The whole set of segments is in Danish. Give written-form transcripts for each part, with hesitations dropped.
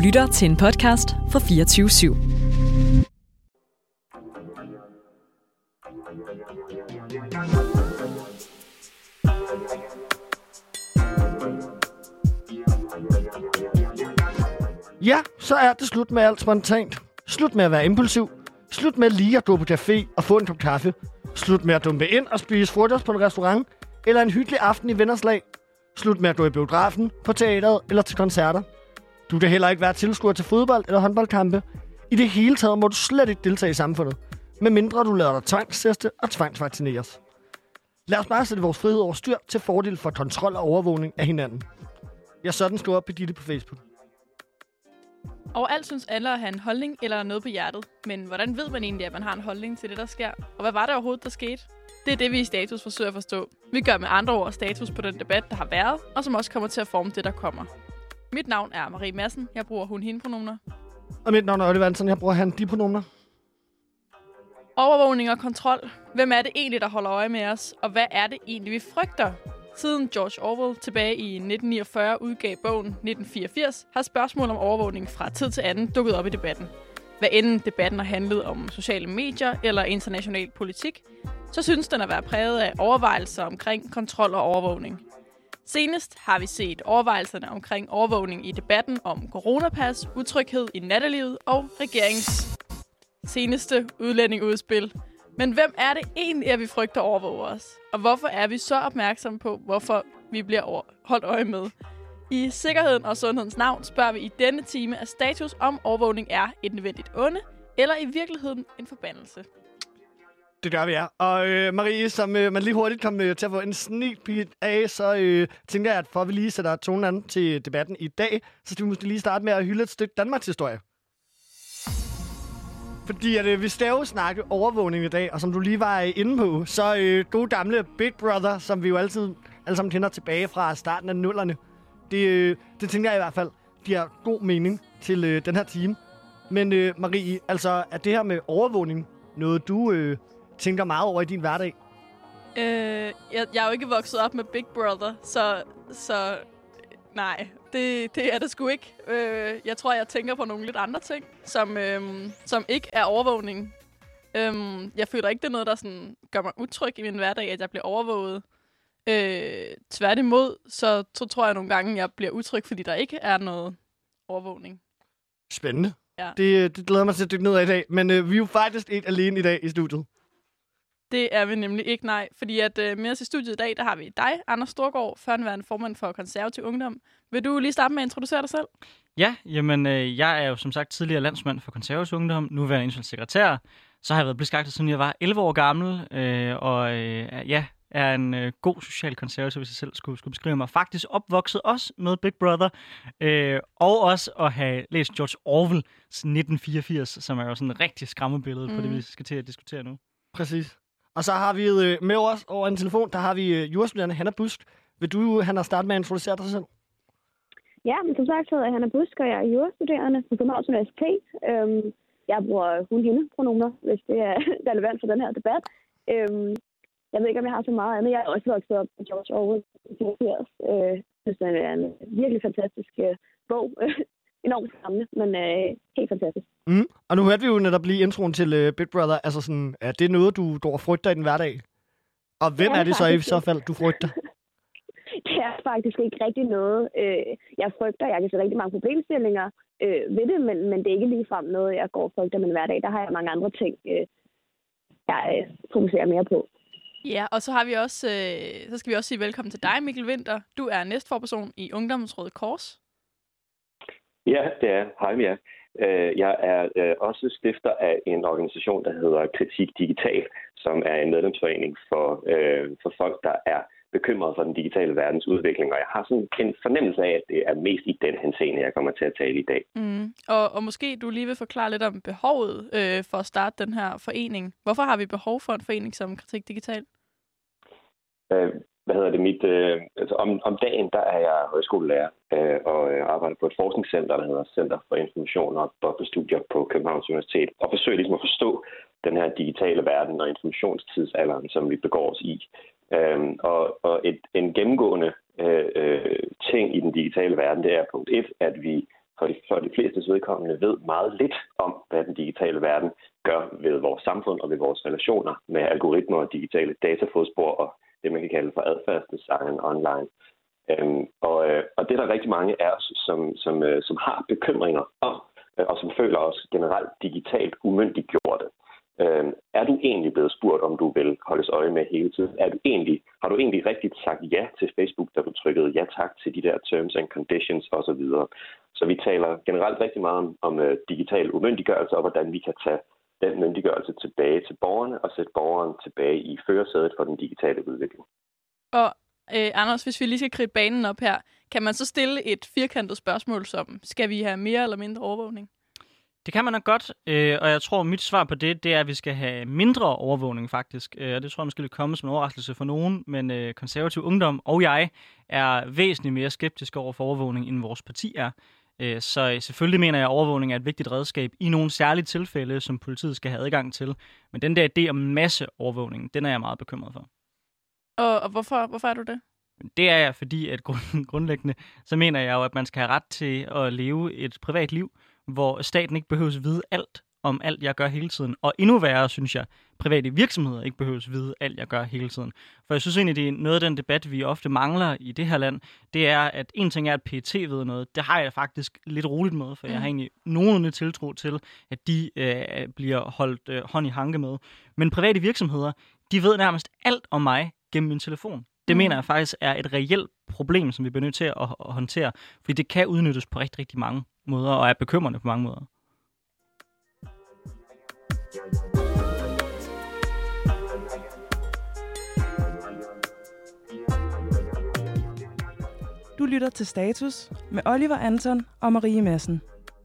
lytter til en podcast fra 24/7. Ja, så er det slut med alt spontant. Slut med at være impulsiv. Slut med lige at gå på café og få en kop kaffe. Slut med at dumpe ind og spise frokost på en restaurant eller en hyggelig aften i venners lag. Slut med at gå i biografen, på teateret eller til koncerter. Du kan heller ikke være tilskuer til fodbold eller håndboldkampe. I det hele taget må du slet ikke deltage i samfundet, medmindre du lader dig tvangsteste og tvangsvaccineres. Lad os bare sætte vores frihed over styr til fordel for kontrol og overvågning af hinanden. Jeg sådan skriver Birgitte på Facebook. Overalt synes alle at have en holdning eller noget på hjertet. Men hvordan ved man egentlig, at man har en holdning til det, der sker? Og hvad var det overhovedet, der skete? Det er det, vi i Status forsøger at forstå. Vi gør med andre ord status på den debat, der har været, og som også kommer til at forme det, der kommer. Mit navn er Marie Madsen. Jeg bruger hun-hende-pronomer. Og mit navn er Oliver Hansen. Jeg bruger han-de-pronomer. Overvågning og kontrol. Hvem er det egentlig, der holder øje med os? Og hvad er det egentlig, vi frygter? Siden George Orwell tilbage i 1949 udgav bogen 1984, har spørgsmål om overvågning fra tid til anden dukket op i debatten. Hvad enten debatten har handlet om sociale medier eller international politik, så synes den at være præget af overvejelser omkring kontrol og overvågning. Senest har vi set overvejelserne omkring overvågning i debatten om coronapas, utryghed i nattelivet og regeringens seneste udlændingeudspil. Men hvem er det egentlig, at vi frygter overvåger os? Og hvorfor er vi så opmærksomme på, hvorfor vi bliver holdt øje med? I sikkerheden og sundhedens navn spørger vi i denne time af status, om overvågning er et nødvendigt onde, eller i virkeligheden en forbandelse. Det gør vi, ja. Og Marie, som man lige hurtigt kom til at få en sneak peek af, så tænker jeg, at for at vi lige sætter tonen an til debatten i dag, så skal vi måske lige starte med at hylde et stykke Danmarks historie. Fordi at, vi skal jo snakke overvågning i dag, og som du lige var inde på, så gode gamle Big Brother, som vi jo alle sammen kender tilbage fra starten af 00'erne, det tænker jeg i hvert fald giver god mening til den her time. Men Marie, altså er det her med overvågning noget, du tænker meget over i din hverdag? Jeg er jo ikke vokset op med Big Brother, så nej, det er det sgu ikke. Jeg tror, jeg tænker på nogle lidt andre ting, som ikke er overvågning. Jeg føler ikke, det er noget, der sådan gør mig utryg i min hverdag, at jeg bliver overvåget. Tværtimod, så tror jeg nogle gange, jeg bliver utryg, fordi der ikke er noget overvågning. Spændende. Ja. Det glæder mig til at dykke ned af i dag, men vi er jo faktisk ikke alene i dag i studiet. Det er vi nemlig ikke, nej. Fordi at med os i studiet i dag, der har vi dig, Anders Storgård, førnværende formand for Konservativ Ungdom. Vil du lige starte med at introducere dig selv? Ja, jamen jeg er jo som sagt tidligere landsmand for Konservativ Ungdom, nuværende international sekretær. Så har jeg været politisk aktiv, siden jeg var 11 år gammel, er en god social konservativ, hvis jeg selv skulle beskrive mig. Faktisk opvokset også med Big Brother, og også at have læst George Orwell 1984, som er jo sådan et rigtig skræmmebillede på det, vi skal til at diskutere nu. Præcis. Og så har vi med os over en telefon, der har vi jurastuderende Hanna Busk. Vil du, Hanna, starte med at introducere dig selv? Ja, men som sagt hedder jeg Hanna Busk, og jeg er jurastuderende på Københavns Universitet. Jeg bruger hun-hende-pronomer, hvis det er relevant for den her debat. Jeg ved ikke, om jeg har så meget andet. Jeg er også vokset op med George Orwell 1984. Det er en virkelig fantastisk bog. Enormt skræmmende, men helt fantastisk. Og nu hørte vi jo netop lige introen til Big Brother. Altså sådan, er det noget, du går og frygter i din hverdag? Og hvem er det så i så fald, du frygter? Det er faktisk ikke rigtig noget, jeg frygter. Jeg kan se rigtig mange problemstillinger ved det, men det er ikke ligefrem noget, jeg går og frygter i min hverdag. Der har jeg mange andre ting, jeg fokuserer mere på. Ja, og så har vi også, så skal vi også sige velkommen til dig, Mikkel Winther. Du er næstforperson i Ungdommens Røde Kors. Ja, det er. Hej med jer. Jeg er også stifter af en organisation, der hedder Kritik Digital, som er en medlemsforening for folk, der er bekymrede for den digitale verdens udvikling. Og jeg har sådan en fornemmelse af, at det er mest i den henseende, jeg kommer til at tale i dag. Og måske du lige vil forklare lidt om behovet for at starte den her forening. Hvorfor har vi behov for en forening som Kritik Digital? Om dagen, der er jeg højskolelærer og arbejder på et forskningscenter, der hedder Center for Information og Boblestudier på Københavns Universitet, og forsøger ligesom at forstå den her digitale verden og informationstidsalderen, som vi begår os i. En gennemgående ting i den digitale verden, det er punkt 1, at vi for de flestes vedkommende ved meget lidt om, hvad den digitale verden gør ved vores samfund og ved vores relationer med algoritmer og digitale datafodspor og det, man kan kalde for adfærdsdesign online. Og det er der rigtig mange af os, som har bekymringer om, og som føler os generelt digitalt umyndiggjorte. Er du egentlig blevet spurgt, om du vil holdes øje med hele tiden? Har du egentlig rigtigt sagt ja til Facebook, da du trykkede ja tak til de der terms and conditions osv.? Så vi taler generelt rigtig meget om digital umyndiggørelse, og hvordan vi kan tage den myndiggørelse tilbage til borgerne og sætte borgeren tilbage i førersædet for den digitale udvikling. Og Anders, hvis vi lige skal kridte banen op her, kan man så stille et firkantet spørgsmål som, skal vi have mere eller mindre overvågning? Det kan man nok godt, og jeg tror, mit svar på det er, at vi skal have mindre overvågning faktisk. Og det tror jeg måske vil komme som en overraskelse for nogen, men konservativ ungdom og jeg er væsentligt mere skeptiske over for overvågning, end vores parti er. Så selvfølgelig mener jeg, at overvågning er et vigtigt redskab i nogle særlige tilfælde, som politiet skal have adgang til. Men den der idé om masse overvågning, den er jeg meget bekymret for. Og hvorfor er du det? Det er jeg, fordi at grundlæggende, så mener jeg jo, at man skal have ret til at leve et privat liv, hvor staten ikke behøves at vide alt om alt, jeg gør hele tiden. Og endnu værre, synes jeg, private virksomheder ikke behøves at vide alt, jeg gør hele tiden. For jeg synes egentlig, det er noget af den debat, vi ofte mangler i det her land, det er, at en ting er, at PET ved noget. Det har jeg faktisk lidt roligt med, for jeg har egentlig nogenlunde tiltro til, at de bliver holdt hånd i hanke med. Men private virksomheder, de ved nærmest alt om mig gennem min telefon. Det mener jeg faktisk er et reelt problem, som vi bliver nødt til at håndtere, fordi det kan udnyttes på rigtig, rigtig mange måder, og er bekymrende på mange måder. Du lytter til Status med Oliver Anton og Marie Madsen.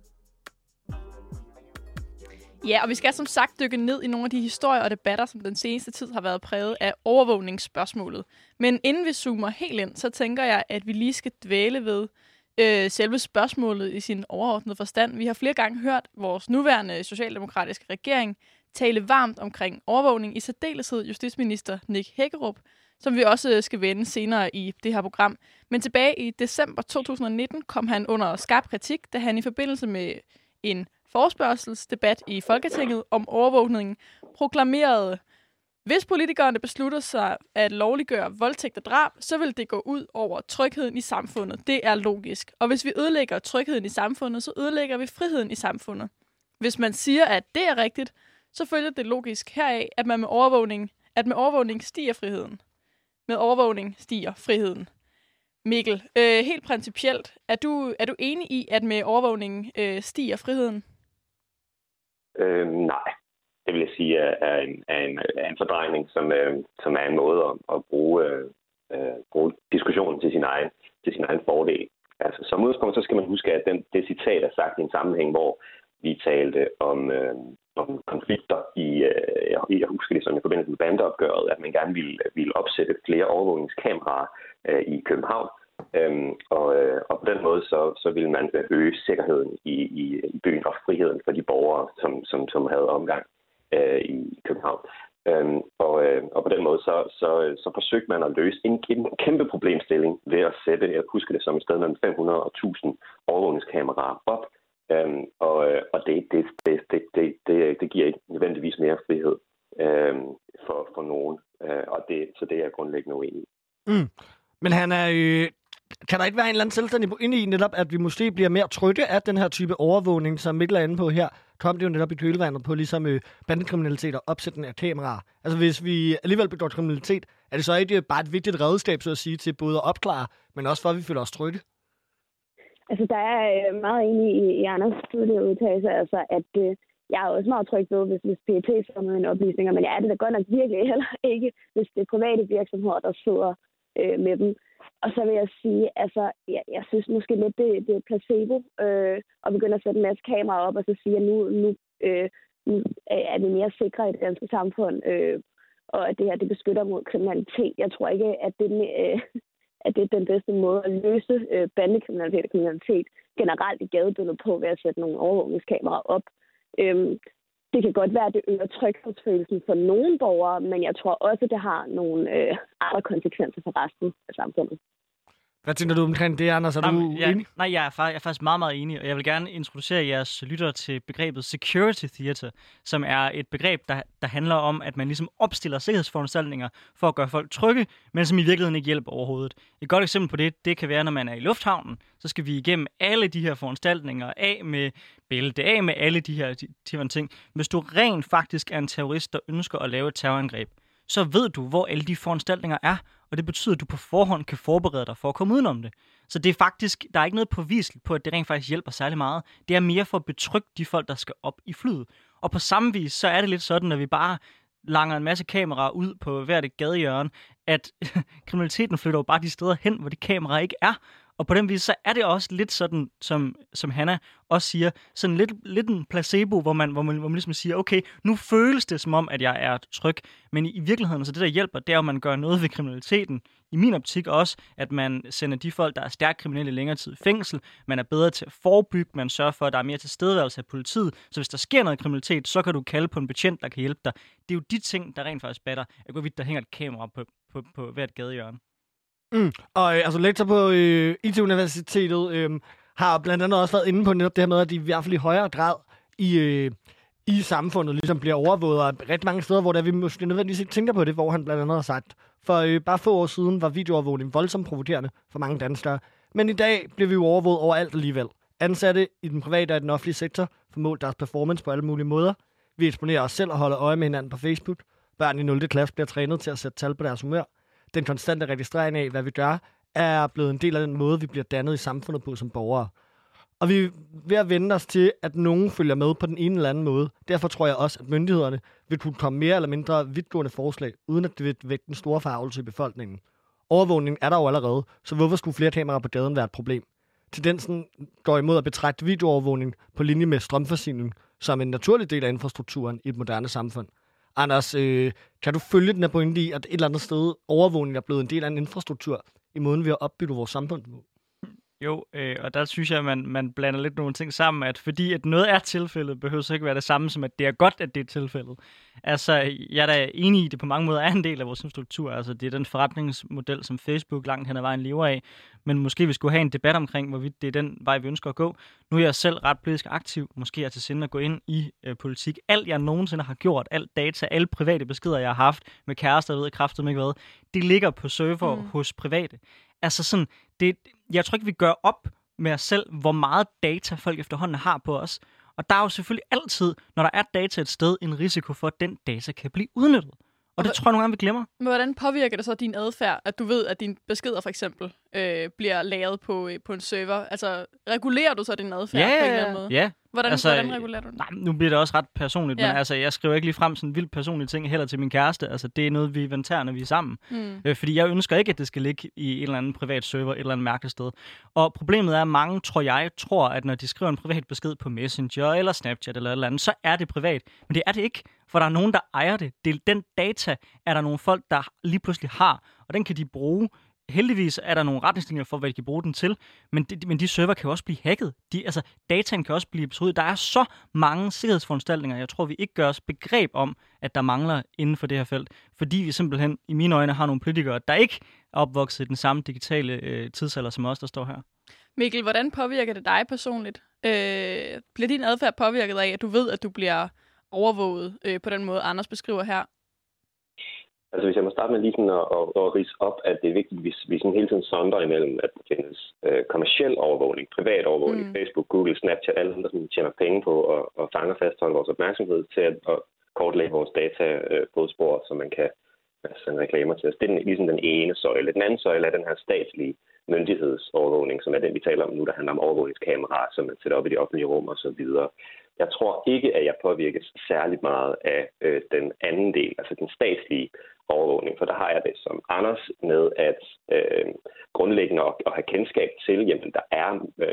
Ja, og vi skal som sagt dykke ned i nogle af de historier og debatter, som den seneste tid har været præget af overvågningsspørgsmålet. Men inden vi zoomer helt ind, så tænker jeg, at vi lige skal dvæle ved selve spørgsmålet i sin overordnede forstand. Vi har flere gange hørt vores nuværende socialdemokratiske regering tale varmt omkring overvågning, i særdeleshed justitsminister Nick Hækkerup, som vi også skal vende senere i det her program. Men tilbage i december 2019 kom han under skarp kritik, da han i forbindelse med en forespørgselsdebat i Folketinget om overvågningen proklamerede, hvis politikerne beslutter sig at lovliggøre voldtægt og drab, så vil det gå ud over trygheden i samfundet. Det er logisk. Og hvis vi ødelægger trygheden i samfundet, så ødelægger vi friheden i samfundet. Hvis man siger, at det er rigtigt, så følger det logisk heraf, at med overvågning stiger friheden. Med overvågning stiger friheden. Mikkel, helt principielt, er du enig i, at med overvågning stiger friheden? Nej, det vil jeg sige er en fordrejning, som er en måde at bruge diskussionen til sin egen fordel. Altså, som udgangspunkt, så skal man huske, at det citat er sagt i en sammenhæng, hvor vi talte om konflikter jeg husker det som i forbindelse med bandeopgøret, at man gerne ville opsætte flere overvågningskameraer i København. Og på den måde så ville man øge sikkerheden i byen og friheden for de borgere, som havde omgang i København. Og på den måde så forsøgte man at løse en kæmpe problemstilling ved at sætte, jeg husker det som et sted mellem 500 og 1000 overvågningskameraer op. Og det giver ikke nødvendigvis mere frihed for nogen. Så det er jeg grundlæggende uenig i. Men han er kan der ikke være en eller anden selvstændig inde i netop, at vi måske bliver mere trygge af den her type overvågning, som Mikkel er inde på her? Kom det jo netop i kølvandet på ligesom bandekriminalitet og opsætning af kameraer. Altså hvis vi alligevel begår kriminalitet, er det så ikke bare et vigtigt redskab, så at sige, til både at opklare, men også for, at vi føler os trygge? Altså, der er meget enig i Anders tidligere udtalelse, altså, at jeg er også meget tryg ved, hvis PET får nogle oplysninger, men jeg er det da godt nok virkelig heller ikke, hvis det er private virksomheder, der sidder med dem. Og så vil jeg sige, altså, jeg synes måske lidt, det er placebo at begynde at sætte en masse kameraer op, og så sige, at nu er vi mere sikre i det danske samfund, og at det her, det beskytter mod kriminalitet. Jeg tror ikke, at det er den bedste måde at løse bandekriminalitet og kriminalitet generelt i gadebilledet på ved at sætte nogle overvågningskameraer op. Det kan godt være, at det øger tryghedsfølelsen for nogle borgere, men jeg tror også, at det har nogle andre konsekvenser for resten af samfundet. Hvad tænker du omkring det, Anders? Er du enig? Nej, jeg er faktisk meget, meget enig, og jeg vil gerne introducere jeres lyttere til begrebet security theater, som er et begreb, der handler om, at man ligesom opstiller sikkerhedsforanstaltninger for at gøre folk trygge, men som i virkeligheden ikke hjælper overhovedet. Et godt eksempel på det kan være, når man er i lufthavnen, så skal vi igennem alle de her foranstaltninger, af med bælte, af med alle de her ting. Hvis du rent faktisk er en terrorist, der ønsker at lave et terrorangreb, så ved du, hvor alle de foranstaltninger er, og det betyder, at du på forhånd kan forberede dig for at komme udenom det. Så det er faktisk, der er ikke noget påviseligt på, at det rent faktisk hjælper særlig meget. Det er mere for at betrygge de folk, der skal op i flyet. Og på samme vis, så er det lidt sådan, at vi bare langer en masse kameraer ud på hvert et gadehjørne, at kriminaliteten flytter jo bare de steder hen, hvor de kameraer ikke er. Og på den vis, så er det også lidt sådan, som Hanna også siger, sådan lidt en placebo, hvor man ligesom siger, okay, nu føles det som om, at jeg er tryg. Men i virkeligheden, så det der hjælper, det er, at man gør noget ved kriminaliteten. I min optik også, at man sender de folk, der er stærkt kriminelle, længere tid i fængsel. Man er bedre til at forebygge, man sørger for, at der er mere tilstedeværelse af politiet. Så hvis der sker noget kriminalitet, så kan du kalde på en betjent, der kan hjælpe dig. Det er jo de ting, der rent faktisk batter. Jeg går vidt, der hænger et kamera på hvert gadehjørne. Og altså lektor på IT-universitetet har blandt andet også været inde på netop det her med, at de i hvert fald i højere grad i samfundet ligesom bliver overvåget af rigtig mange steder, hvor der vi måske nødvendigvis ikke tænker på det, hvor han blandt andet har sagt. For bare få år siden var videoovervågning voldsomt provokerende for mange danskere. Men i dag bliver vi jo overvåget overalt alligevel. Ansatte i den private og den offentlige sektor får målt deres performance på alle mulige måder. Vi eksponerer os selv og holder øje med hinanden på Facebook. Børn i 0. klasse bliver trænet til at sætte tal på deres humør. Den konstante registrering af, hvad vi gør, er blevet en del af den måde, vi bliver dannet i samfundet på som borgere. Og vi er ved at vende os til, at nogen følger med på den ene eller anden måde. Derfor tror jeg også, at myndighederne vil kunne komme mere eller mindre vidtgående forslag, uden at det vil vække den store forargelse i befolkningen. Overvågning er der jo allerede, så hvorfor skulle flere kameraer på gaden være et problem? Tendensen går imod at betragte videoovervågning på linje med strømforsyning som en naturlig del af infrastrukturen i et moderne samfund. Anders, kan du følge den her pointe i, at et eller andet sted overvågning er blevet en del af en infrastruktur i måden, vi har opbygget vores samfund på? Jo, og der synes jeg, at man blander lidt nogle ting sammen, at fordi at noget er tilfældet, behøver så ikke være det samme som, at det er godt, at det er tilfældet. Altså, jeg er da enig i, at det på mange måder er en del af vores infrastruktur. Altså, det er den forretningsmodel, som Facebook langt hen ad vejen lever af. Men måske vi skulle have en debat omkring, hvorvidt det er den vej, vi ønsker at gå. Nu er jeg selv ret politisk aktiv. Måske er til sinde at gå ind i politik. Alt, jeg nogensinde har gjort, alt data, alle private beskeder, jeg har haft med kærester, jeg ved kraftigt ikke hvad, det ligger på server hos private. Altså sådan, jeg tror ikke, vi gør op med os selv, hvor meget data folk efterhånden har på os. Og der er jo selvfølgelig altid, når der er data et sted, en risiko for, at den data kan blive udnyttet. Og det tror jeg nogle gange, vi glemmer. Men hvordan påvirker det så din adfærd, at du ved, at dine beskeder for eksempel bliver lagret på en server? Altså, regulerer du så din adfærd på en eller anden måde? Ja. Hvordan regulerer du den? Nej, nu bliver det også ret personligt, men altså, jeg skriver ikke lige frem sådan vildt personlige ting heller til min kæreste. Altså, det er noget, vi inventarer, når vi er sammen. Fordi jeg ønsker ikke, at det skal ligge i en eller anden privat server, et eller andet mærkeligt sted. Og problemet er, at mange, tror, at når de skriver en privat besked på Messenger eller Snapchat eller et eller andet, så er det privat. Men det er det ikke, for der er nogen, der ejer det. Den data er der nogle folk, der lige pludselig har, og den kan de bruge. Heldigvis er der nogle retningslinjer for, hvad de kan bruge den til, men de server kan jo også blive hacket. Dataen kan også blive besluttet. Der er så mange sikkerhedsforanstaltninger, jeg tror, vi ikke gør os begreb om, at der mangler inden for det her felt, fordi vi simpelthen, i mine øjne, har nogle politikere, der ikke er opvokset i den samme digitale tidsalder som os, der står her. Mikkel, hvordan påvirker det dig personligt? Bliver din adfærd påvirket af, at du ved, at du bliver overvåget på den måde, Anders beskriver her? Altså hvis jeg må starte med lige sådan at ridse op, at det er vigtigt, hvis vi sådan hele tiden sondrer imellem, at der findes kommerciel overvågning, privat overvågning, Facebook, Google, Snapchat, alle andre, som tjener penge på at fange og fastholde vores opmærksomhed til at kortlægge vores data fodspor, så man kan sende reklamer til os. Det er ligesom den ene søjle. Den anden søjle er den her statslige myndighedsovervågning, som er den, vi taler om nu, der handler om overvågningskameraer, som man sætter op i de offentlige rum og så videre. Jeg tror ikke, at jeg påvirkes særligt meget af den anden del, altså den statslige overvågning, for der har jeg det som Anders med at grundlæggende at have kendskab til, jamen der er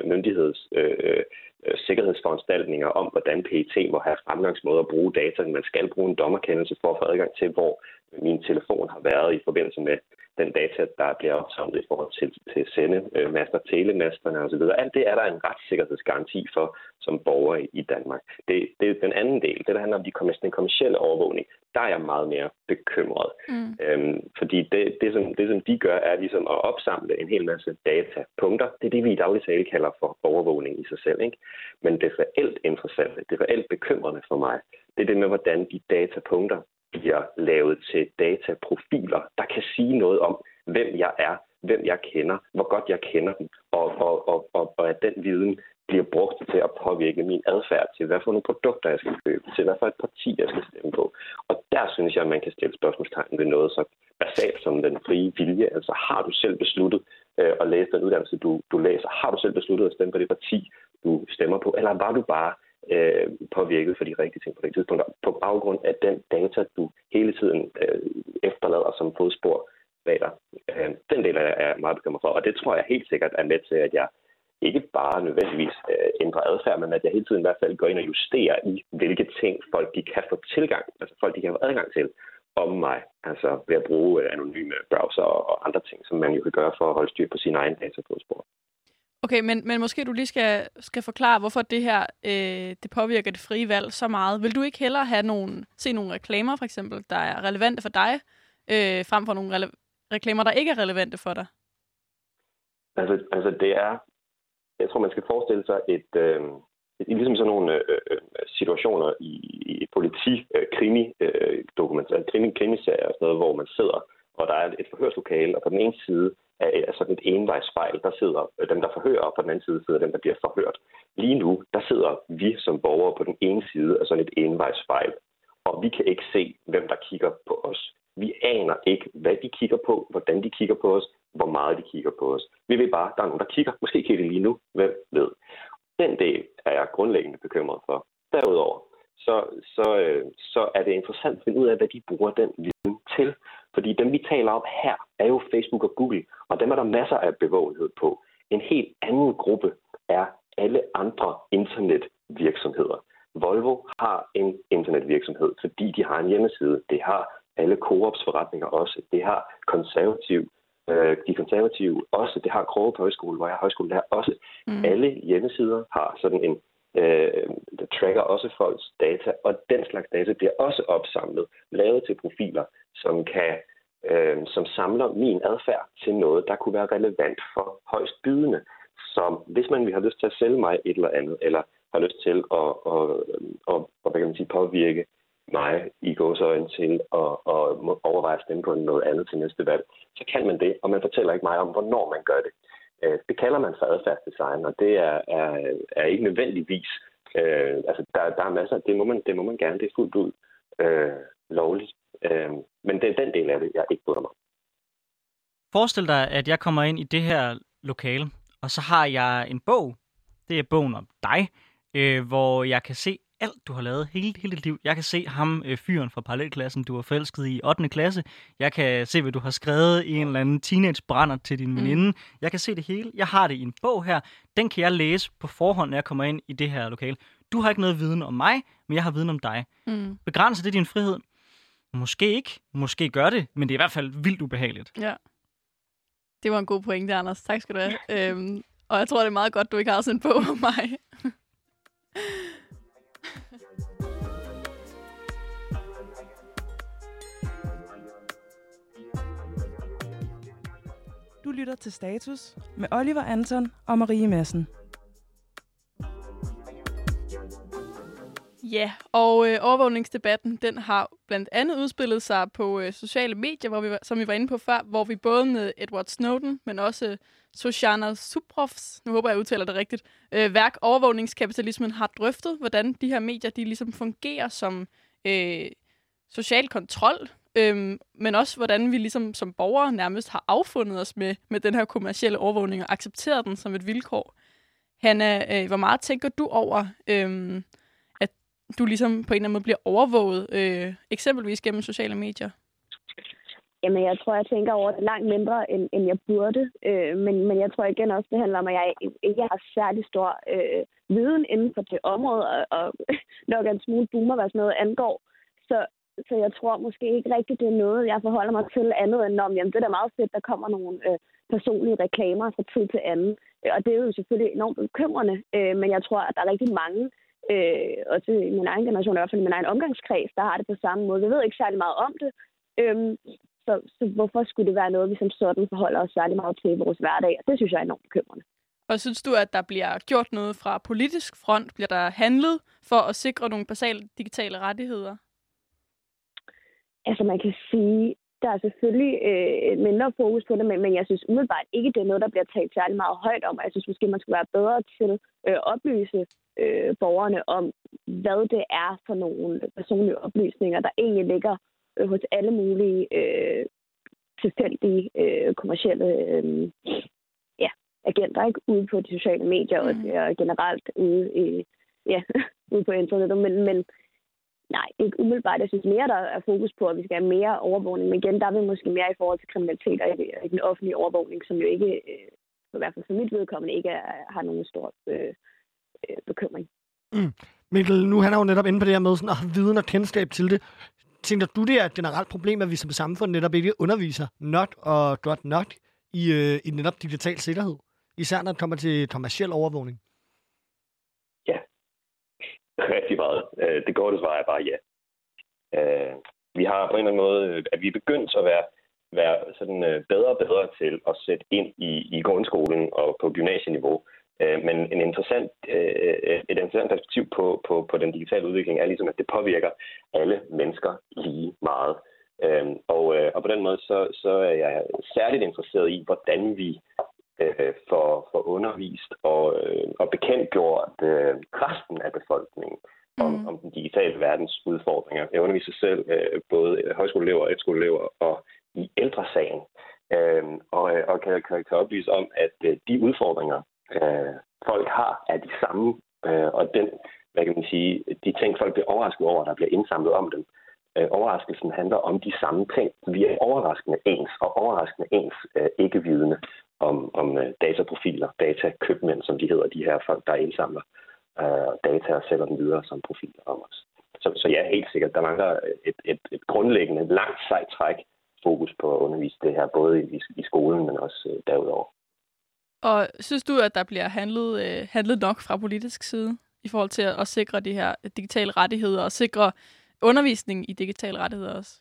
sikkerhedsforanstaltninger om, hvordan PET må have fremgangsmåder at bruge data. Man skal bruge en dommerkendelse for at få adgang til, hvor min telefon har været i forbindelse med den data, der bliver opsamlet i forhold til sendemaster, telemasterne osv. Alt det er der en retssikkerhedsgaranti for som borger i Danmark. Det er den anden del. Det, der handler om den kommercielle overvågning, der er jeg meget mere bekymret. Fordi det, som de gør, er ligesom at opsamle en hel masse datapunkter. Det er det, vi i daglig tale kalder for overvågning i sig selv. Ikke? Men det er reelt interessante, det er reelt bekymrende for mig. Det er det med, hvordan de datapunkter bliver lavet til dataprofiler, der kan sige noget om, hvem jeg er, hvem jeg kender, hvor godt jeg kender dem, og at den viden bliver brugt til at påvirke min adfærd til, hvad for nogle produkter jeg skal købe, til hvad for et parti jeg skal stemme på. Og der synes jeg, at man kan stille spørgsmålstegn ved noget så basalt som den frie vilje. Altså har du selv besluttet at læse den uddannelse, du læser? Har du selv besluttet at stemme på det parti, du stemmer på? Eller var du bare påvirket for de rigtige ting på det tidspunkt, på baggrund af den data, du hele tiden efterlader som fodspor bag dig. Den del er jeg meget bekymret for, og det tror jeg helt sikkert er med til, at jeg ikke bare nødvendigvis ændrer adfærd, men at jeg hele tiden i hvert fald går ind og justerer i, hvilke ting folk de kan få tilgang, altså folk de kan få adgang til om mig, altså ved at bruge anonyme browser og andre ting, som man jo kan gøre for at holde styr på sine egne data på spor. Okay, men måske du lige skal forklare, hvorfor det her det påvirker det frie valg så meget. Vil du ikke hellere se nogle reklamer, for eksempel, der er relevante for dig, frem for nogle reklamer, der ikke er relevante for dig? Altså det er, jeg tror, man skal forestille sig ligesom sådan nogle situationer i krimiserier og sådan noget, hvor man sidder, og der er et forhørslokale, og på den ene side er sådan et envejsspejl, der sidder dem, der forhører, og på den anden side sidder dem, der bliver forhørt. Lige nu, der sidder vi som borgere på den ene side af sådan et envejsspejl, og vi kan ikke se, hvem der kigger på os. Vi aner ikke, hvad de kigger på, hvordan de kigger på os, hvor meget de kigger på os. Vi ved bare, at der er nogen, der kigger. Måske kigger de lige nu. Hvem ved? Den del er jeg grundlæggende bekymret for. Derudover, så er det interessant at finde ud af, hvad de bruger den viden til. Fordi dem, vi taler om her, er jo Facebook og Google, og dem er der masser af bevågenhed på. En helt anden gruppe er alle andre internetvirksomheder. Volvo har en internetvirksomhed, fordi de har en hjemmeside. Det har alle Coops forretninger også. Det har de konservative også. Det har Kroge på højskole, hvor jeg har højskole der også. Alle hjemmesider har sådan en der tracker også folks data, og den slags data bliver også opsamlet, lavet til profiler, som samler min adfærd til noget, der kunne være relevant for højst bydende. Så hvis man har lyst til at sælge mig et eller andet, eller har lyst til at hvad kan man sige, påvirke mig i gåseøjne til at overveje at stemme på noget andet til næste valg, så kan man det, og man fortæller ikke mig om, hvornår man gør det. Det kalder man for adfærdsdesign, og det er ikke nødvendigvis. Altså, der er masser. Det må man gerne. Det er fuldt ud lovligt. Men det er den del af det, jeg ikke bryder mig. Forestil dig, at jeg kommer ind i det her lokale, og så har jeg en bog. Det er bogen om dig, hvor jeg kan se alt, du har lavet hele dit liv. Jeg kan se ham, fyren fra parallelklassen, du var forelsket i 8. klasse. Jeg kan se, hvad du har skrevet i en eller anden teenage-brænder til din veninde. Jeg kan se det hele. Jeg har det i en bog her. Den kan jeg læse på forhånd, når jeg kommer ind i det her lokale. Du har ikke noget viden om mig, men jeg har viden om dig. Begrænser det din frihed? Måske ikke. Måske gør det, men det er i hvert fald vildt ubehageligt. Ja. Det var en god pointe, Anders. Tak skal du have. Og jeg tror, det er meget godt, du ikke har sådan en bog om mig. Du lytter til Status med Oliver Anton og Marie Madsen. Ja, og overvågningsdebatten, den har blandt andet udspillet sig på sociale medier, som vi var inde på før, hvor vi både med Edward Snowden, men også Shoshana Zuboffs, nu håber jeg udtaler det rigtigt, værk Overvågningskapitalismen har drøftet, hvordan de her medier, de ligesom fungerer som social kontrol, men også hvordan vi ligesom som borgere nærmest har affundet os med den her kommercielle overvågning og accepteret den som et vilkår. Hanna, hvor meget tænker du over, at du ligesom på en eller anden måde bliver overvåget, eksempelvis gennem sociale medier? Jamen, jeg tror, jeg tænker over det langt mindre, end jeg burde. Men jeg tror igen også, det handler om, at jeg ikke har særlig stor viden inden for det område, og nok en smule boomer, hvad sådan noget angår. Så Så jeg tror måske ikke rigtigt, det er noget, jeg forholder mig til andet end, jamen det er da meget fedt, der kommer nogle personlige reklamer fra tid til anden. Og det er jo selvfølgelig enormt bekymrende, men jeg tror, at der er rigtig mange, også i min egen generation, i hvert fald i min egen omgangskreds, der har det på samme måde. Vi ved ikke særlig meget om det, så hvorfor skulle det være noget, vi som sådan forholder os særlig meget til i vores hverdag? Og det synes jeg er enormt bekymrende. Og synes du, at der bliver gjort noget fra politisk front? Bliver der handlet for at sikre nogle basale digitale rettigheder? Altså man kan sige, der er selvfølgelig mindre fokus på det, men jeg synes umiddelbart ikke, det er noget, der bliver talt særlig meget højt om. Jeg synes måske, man skulle være bedre til at oplyse borgerne om, hvad det er for nogle personlige oplysninger, der egentlig ligger hos alle mulige tilfældige kommercielle agenter, ikke? Ude på de sociale medier og generelt ude på internettet. Men nej, ikke umiddelbart. Jeg synes mere, der er fokus på, at vi skal have mere overvågning. Men igen, der er vi måske mere i forhold til kriminalitet og i den offentlige overvågning, som jo ikke, i hvert fald for mit vedkommende, ikke har nogen stor bekymring. Mikkel, nu han er jo netop inde på det her med sådan at have viden og kendskab til det. Tænker du, det er et generelt problem, at vi som samfund netop ikke underviser not og godt nok i netop digital sikkerhed? Især når det kommer til kommerciel overvågning. Ja, rigtig meget. Det korte svar er bare ja. Vi har på en eller anden måde, at vi er begyndt at være sådan bedre og bedre til at sætte ind i grundskolen og på gymnasieniveau. Men et interessant perspektiv på den digitale udvikling er ligesom, at det påvirker alle mennesker lige meget. Og på den måde så er jeg særligt interesseret i, hvordan vi får undervist og bekendtgjort resten af befolkningen om den digitale verdens udfordringer. Jeg underviser selv både højskoleelever og efterskoleelever og i ældresagen. Og kan oplyse om, at de udfordringer, folk har, er de samme. Og de ting, folk bliver overrasket over, der bliver indsamlet om dem. Overraskelsen handler om de samme ting. Vi er overraskende ens ikke-vidende om dataprofiler, datakøbmænd, som de hedder, de her folk, der indsamler data og sælger dem videre som profiler om os. Så ja, helt sikkert, der mangler et grundlæggende, langt sejt træk fokus på at undervise det her, både i skolen, men også derudover. Og synes du, at der bliver handlet nok fra politisk side i forhold til at sikre de her digitale rettigheder og sikre undervisning i digitale rettigheder også?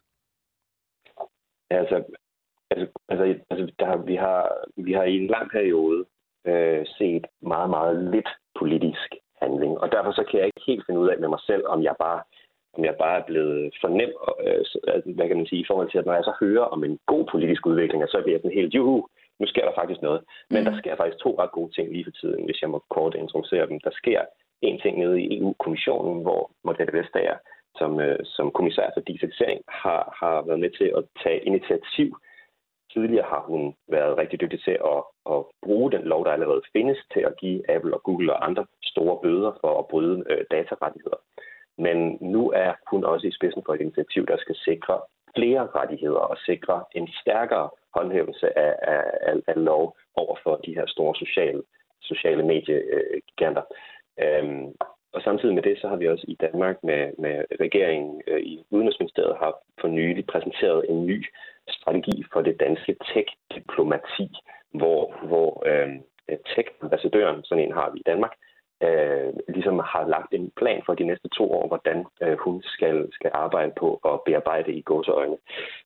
Vi har i en lang periode set meget, meget lidt politisk handling, og derfor så kan jeg ikke helt finde ud af med mig selv, om jeg bare er blevet for nem, hvad kan man sige, i forhold til, at når jeg så hører om en god politisk udvikling, så bliver den helt, nu sker der faktisk noget. Men der sker faktisk 2 ret gode ting lige for tiden, hvis jeg må kort introducere dem. Der sker en ting nede i EU-kommissionen, hvor Margrethe Vestager, som kommissær for digitalisering, har været med til at tage initiativ. Tidligere har hun været rigtig dygtig til at bruge den lov, der allerede findes, til at give Apple og Google og andre store bøder for at bryde datarettigheder. Men nu er hun også i spidsen for et initiativ, der skal sikre flere rettigheder og sikre en stærkere håndhævelse af lov over for de her store sociale mediegiganter. Og samtidig med det, så har vi også i Danmark med regeringen i Udenrigsministeriet har for nylig præsenteret en ny strategi for det danske tech-diplomati, hvor tech-ambassadøren, sådan en har vi i Danmark, ligesom har lagt en plan for de næste 2 år, hvordan hun skal arbejde på at bearbejde i gåseøjne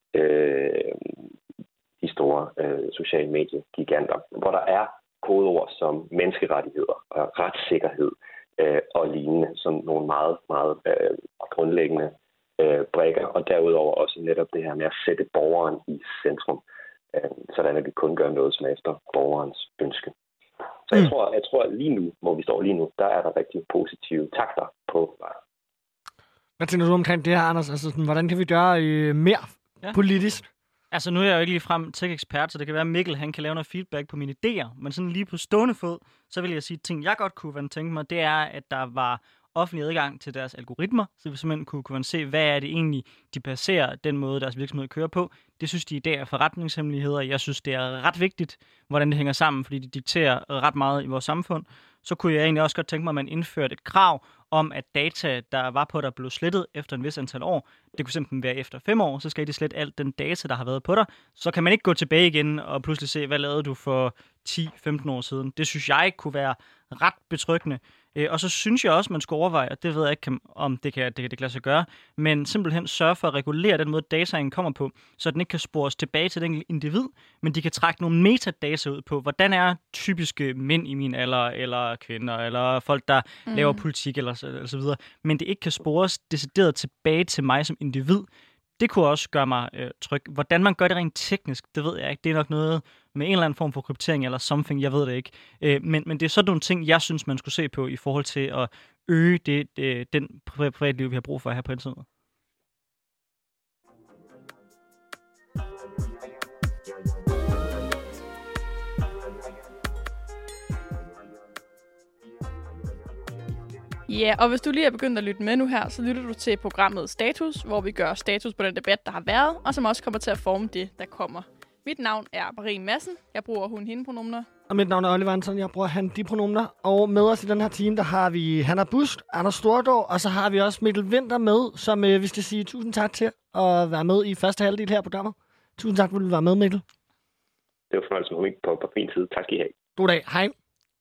de store sociale mediegiganter, hvor der er kodeord som menneskerettigheder og retssikkerhed og lignende, som nogle meget, meget grundlæggende brikker, og derudover også netop det her med at sætte borgeren i centrum, sådan at vi kun gør noget, som er efter borgerens ønske. Så jeg tror lige nu, hvor vi står lige nu, der er der rigtig positive takter på vej. Hvad tænker du omkring det her, Anders? Altså, sådan, hvordan kan vi gøre mere politisk? Altså, nu er jeg jo ikke ligefrem tech-ekspert, så det kan være, at Mikkel han kan lave noget feedback på mine idéer. Men sådan lige på stående fod, så vil jeg sige, at ting, jeg godt kunne tænke mig, det er, at der var offentlig adgang til deres algoritmer, så vi simpelthen kunne se, hvad er det egentlig, de baserer den måde, deres virksomhed kører på. Det synes de i dag er forretningshemmeligheder. Jeg synes, det er ret vigtigt, hvordan det hænger sammen, fordi de dikterer ret meget i vores samfund. Så kunne jeg egentlig også godt tænke mig, at man indførte et krav om, at data, der var på dig, blev slettet efter en vis antal år. Det kunne simpelthen være efter 5 år, så skal de slette alt den data, der har været på dig. Så kan man ikke gå tilbage igen og pludselig se, hvad lavede du for 10-15 år siden. Det synes jeg kunne være ret betryggende. Og så synes jeg også, man skulle overveje, og det ved jeg ikke, om det kan lade sig gøre, men simpelthen sørge for at regulere den måde, dataen kommer på, så den ikke kan spores tilbage til den enkelte individ, men de kan trække nogle metadata ud på, hvordan er typiske mænd i min alder, eller kvinder, eller folk, der laver politik, eller så videre, men det ikke kan spores decideret tilbage til mig som individ. Det kunne også gøre mig tryg. Hvordan man gør det rent teknisk, det ved jeg ikke. Det er nok noget med en eller anden form for kryptering eller something, jeg ved det ikke. Men det er sådan nogle ting, jeg synes, man skulle se på i forhold til at øge den privatliv, vi har brug for her på internettet. Ja, og hvis du lige er begyndt at lytte med nu her, så lytter du til programmet Status, hvor vi gør status på den debat, der har været, og som også kommer til at forme det, der kommer. Mit navn er Marie Madsen. Jeg bruger hun-hende-pronomner. Og mit navn er Oliver Anton. Jeg bruger han-de-pronomner. Og med os i den her team, der har vi Hanna Busk, Anders Stordår, og så har vi også Mikkel Winther med, som vi skal sige tusind tak til at være med i første halvdel her på programmet. Tusind tak, fordi du var med, Mikkel. Det var fornøjelse med på min side. Tak skal I have. God dag. Hej.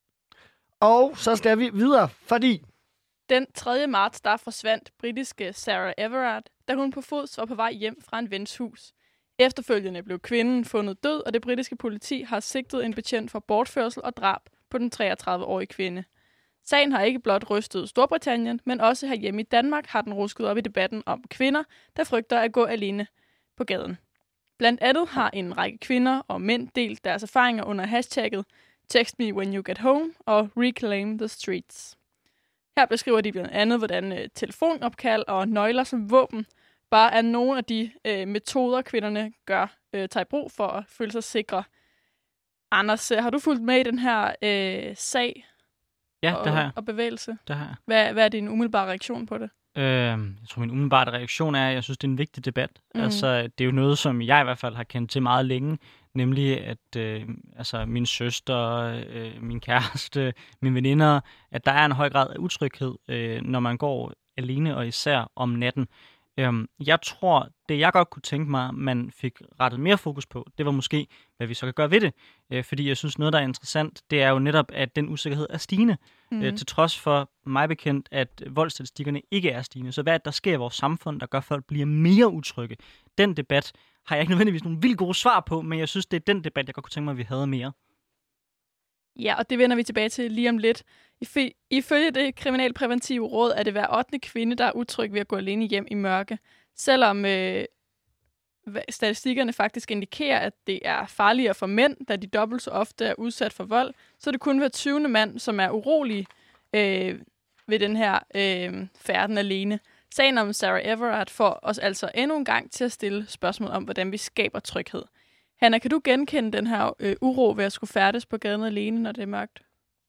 Og så skal vi videre, fordi... Den 3. marts, der forsvandt britiske Sarah Everard, da hun på fods var på vej hjem fra en vens hus. Efterfølgende blev kvinden fundet død, og det britiske politi har sigtet en betjent for bortførsel og drab på den 33-årige kvinde. Sagen har ikke blot rystet Storbritannien, men også herhjemme i Danmark har den rusket op i debatten om kvinder, der frygter at gå alene på gaden. Blandt andet har en række kvinder og mænd delt deres erfaringer under hashtagget Text me when you get home og Reclaim the streets. Her beskriver de blandt andet, hvordan telefonopkald og nøgler som våben bare er nogle af de metoder, kvinderne tager i brug for at føle sig sikre. Anders, har du fulgt med i den her sag det har jeg. Og bevægelse? Det har jeg. Hvad er din umiddelbare reaktion på det? Jeg tror, min umiddelbare reaktion er, at jeg synes, det er en vigtig debat. Altså, det er jo noget, som jeg i hvert fald har kendt til meget længe, nemlig at min søster, min kæreste, mine veninder, at der er en høj grad af utryghed, når man går alene og især om natten. Jeg tror, det jeg godt kunne tænke mig, man fik rettet mere fokus på, det var måske, hvad vi så kan gøre ved det. Fordi jeg synes, noget, der er interessant, det er jo netop, at den usikkerhed er stigende. Til trods for mig bekendt, at voldsstatistikkerne ikke er stigende. Så hvad er det, der sker i vores samfund, der gør, at folk bliver mere utrygge? Den debat har jeg ikke nødvendigvis nogle vildt gode svar på, men jeg synes, det er den debat, jeg godt kunne tænke mig, at vi havde mere. Ja, og det vender vi tilbage til lige om lidt. Ifølge det kriminalpræventive råd er det hver 8. kvinde, der er utryg ved at gå alene hjem i mørke. Selvom statistikkerne faktisk indikerer, at det er farligere for mænd, da de dobbelt så ofte er udsat for vold, så er det kun hver 20. mand, som er urolig ved den her færden alene. Sagen om Sarah Everard får os altså endnu en gang til at stille spørgsmål om, hvordan vi skaber tryghed. Hanna, kan du genkende den her uro ved at skulle færdes på gaden alene, når det er mørkt?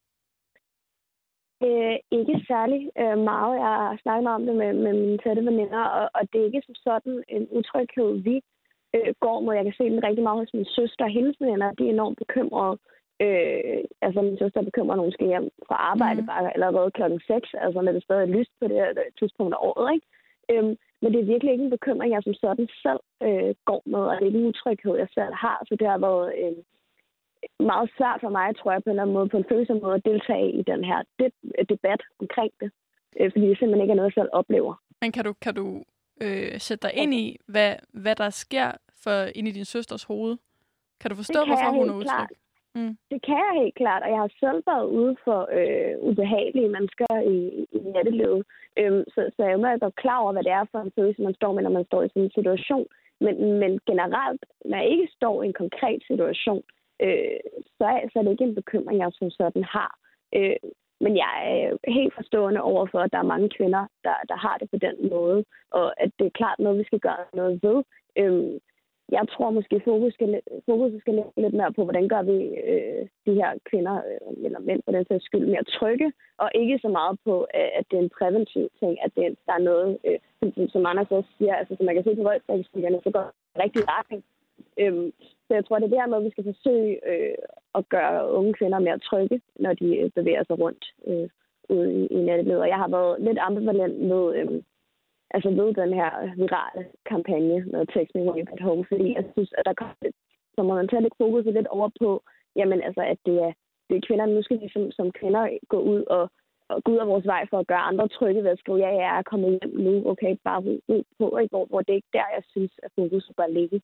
Ikke særlig meget. Jeg har snakket om det med mine tætte veninder, og det er ikke som sådan en utryghed, vi går mod. Jeg kan se den rigtig meget hos min søster og hendes veninder. De er enormt bekymrede. Min søster er bekymret, når hun skal hjem fra arbejde bare allerede 6:00, altså når det stadig er lyst på det her tidspunkt af året, ikke? Men det er virkelig ikke en bekymring, jeg som sådan selv går med, og det er ikke en utryghed, jeg selv har. Så det har været meget svært for mig, tror jeg, på en eller anden måde, på en følsom måde, at deltage i den her debat omkring det. Fordi det simpelthen ikke er noget, jeg selv oplever. Men kan du sætte dig ind i, hvad der sker inde i din søsters hoved? Kan du forstå, hvorfor hun er utryg? Det kan jeg helt klart, og jeg har selv været ude for ubehagelige mennesker i nattelivet. Så jeg er jo godt klar over, hvad det er for en følelse, man står med, når man står i sådan en situation. Men generelt, når jeg ikke står i en konkret situation, så er det ikke en bekymring, jeg som sådan har. Men jeg er helt forstående overfor, at der er mange kvinder, der har det på den måde, og at det er klart noget, vi skal gøre noget ved. Jeg tror måske, fokus skal ligge lidt mere på, hvordan gør vi de her kvinder, eller mænd for den sags skyld, mere trygge, og ikke så meget på, at det er en præventiv ting, at der er noget, som Anders også siger, altså som man kan se på voldsstatistikkerne, så går det rigtig retning. Så jeg tror, det er det her med, at vi skal forsøge at gøre unge kvinder mere trygge, når de bevæger sig rundt ude i nattelivet. Og jeg har været lidt ambivalent med, ved den her virale kampagne med Text Me When You Get Home, fordi jeg synes, at der kommer lidt, så må man tage lidt fokus lidt over på, jamen altså, at det er kvinder. Nu skal vi som kvinder gå ud og gå ud af vores vej for at gøre andre trygge ved at skrive, ja, jeg er kommet hjem nu, okay, bare ud på, ikke? Hvor det er ikke der, jeg synes, at fokus bør ligge.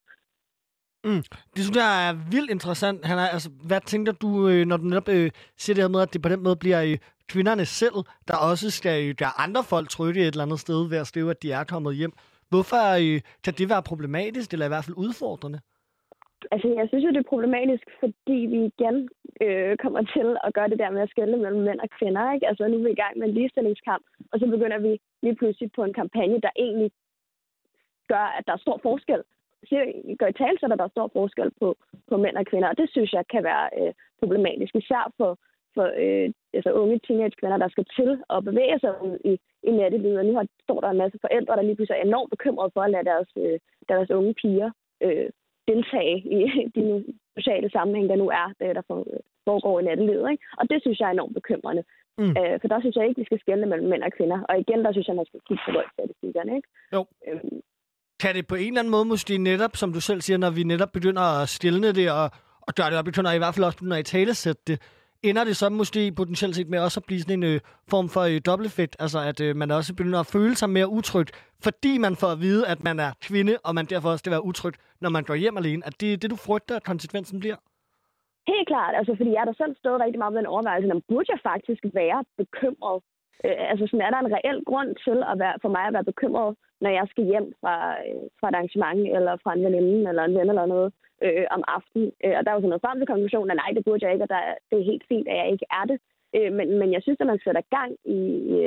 Det synes jeg er vildt interessant, Hanna. Altså, hvad tænker du, når du netop siger det her med, at det på den måde bliver kvinderne selv, der også skal gøre andre folk trygge et eller andet sted ved at skrive, at de er kommet hjem. Hvorfor kan det være problematisk, eller i hvert fald udfordrende? Altså, jeg synes jo, det er problematisk, fordi vi igen kommer til at gøre det der med at skelne mellem mænd og kvinder, ikke? Altså, nu er vi i gang med en ligestillingskamp, og så begynder vi lige pludselig på en kampagne, der egentlig gør, at der er stor forskel. Gør i tale, så der er stor forskel på mænd og kvinder, og det synes jeg kan være problematisk, især for unge teenage-kvinder, der skal til at bevæge sig ud i nattelivet. Og nu står der en masse forældre, der lige pludselig er enormt bekymrede for at lade deres unge piger deltage i de sociale sammenhæng, der nu er, der foregår i nattelivet. Ikke? Og det synes jeg er enormt bekymrende. For der synes jeg ikke, vi skal skelne mellem mænd og kvinder. Og igen, der synes jeg, man skal kigge på voldsstatistikkerne. Ikke? Jo. Kan det på en eller anden måde måske netop, som du selv siger, når vi netop begynder at skelne det og gøre det, og begynder i hvert fald også begynder at italesætte det, ender det så måske potentielt set med også at blive sådan en form for dobbelteffekt, altså at man også begynder at føle sig mere utrygt, fordi man får at vide, at man er kvinde, og man derfor også skal være utrygt, når man går hjem alene. At det du frygter, at konsekvensen bliver? Helt klart, altså fordi jeg har da selv stået rigtig meget med den overvejelse, om burde jeg faktisk være bekymret? Altså sådan er der en reel grund til for mig at være bekymret, når jeg skal hjem fra et arrangement, eller fra en veninde, eller en ven, eller noget om aftenen. Og der er jo sådan noget frem til konklusionen, at nej, det burde jeg ikke, og det er helt fint, at jeg ikke er det. Men jeg synes, at man sætter gang i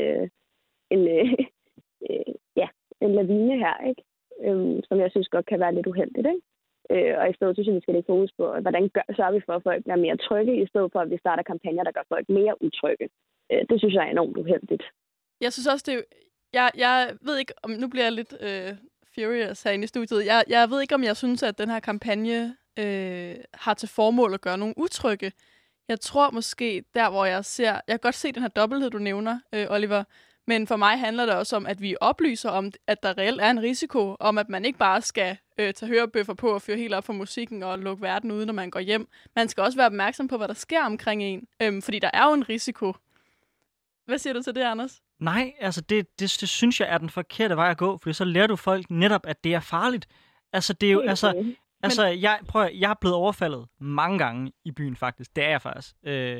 en lavine her, ikke? Som jeg synes godt kan være lidt uheldigt, ikke? Og i stedet synes jeg, vi skal lægge fokus på, hvordan sørger vi for, at folk bliver mere trygge, i stedet for, at vi starter kampagner, der gør folk mere utrygge. Det synes jeg er enormt uheldigt. Jeg synes også, det er jeg ved ikke, om nu bliver jeg lidt furious herinde i studiet. Jeg ved ikke, om jeg synes, at den her kampagne har til formål at gøre nogen utrygge. Jeg tror måske, der hvor jeg kan godt se den her dobbelthed, du nævner, Oliver, men for mig handler det også om, at vi oplyser om, at der reelt er en risiko, om at man ikke bare skal tage hørebøffer på og fyre helt op for musikken og lukke verden ude, når man går hjem. Man skal også være opmærksom på, hvad der sker omkring en, fordi der er jo en risiko. Hvad siger du til det, Anders? Nej, altså det synes jeg er den forkerte vej at gå, for så lærer du folk netop, at det er farligt. Altså det er jo, jeg er blevet overfaldet mange gange i byen faktisk. Det er jeg faktisk.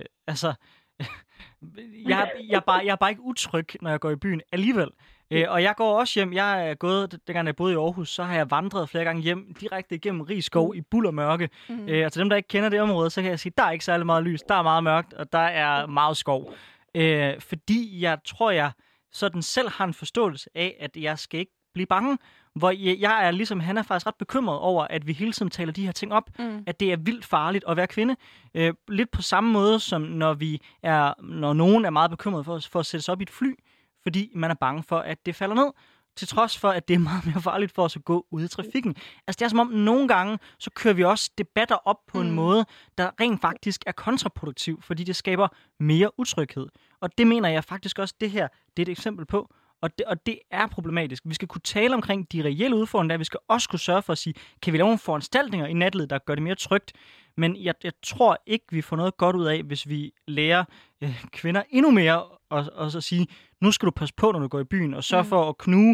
Jeg er bare ikke utryg, når jeg går i byen alligevel. Og jeg går også hjem. Jeg er gået, dengang jeg boede i Aarhus, så har jeg vandret flere gange hjem direkte igennem Rigskov i bullermørke. Og til dem, der ikke kender det område, så kan jeg sige, der er ikke særlig meget lys. Der er meget mørkt, og der er meget skov. Fordi jeg tror, jeg sådan selv har en forståelse af, at jeg skal ikke blive bange. Hvor jeg er ligesom Hanna faktisk ret bekymret over, at vi hele tiden taler de her ting op. At det er vildt farligt at være kvinde. Lidt på samme måde, som når nogen er meget bekymret for at sætte sig op i et fly, fordi man er bange for, at det falder ned. Til trods for, at det er meget mere farligt for os at gå ud i trafikken. Altså det er som om, nogle gange, så kører vi også debatter op på en måde, der rent faktisk er kontraproduktiv, fordi det skaber mere utryghed. Og det mener jeg faktisk også, det her det er et eksempel på. Og det er problematisk. Vi skal kunne tale omkring de reelle udfordringer, der vi skal også kunne sørge for at sige, kan vi lave nogle foranstaltninger i nattelivet, der gør det mere trygt. Men jeg tror ikke, vi får noget godt ud af, hvis vi lærer kvinder endnu mere og så sige, nu skal du passe på, når du går i byen, og sørge for at knuge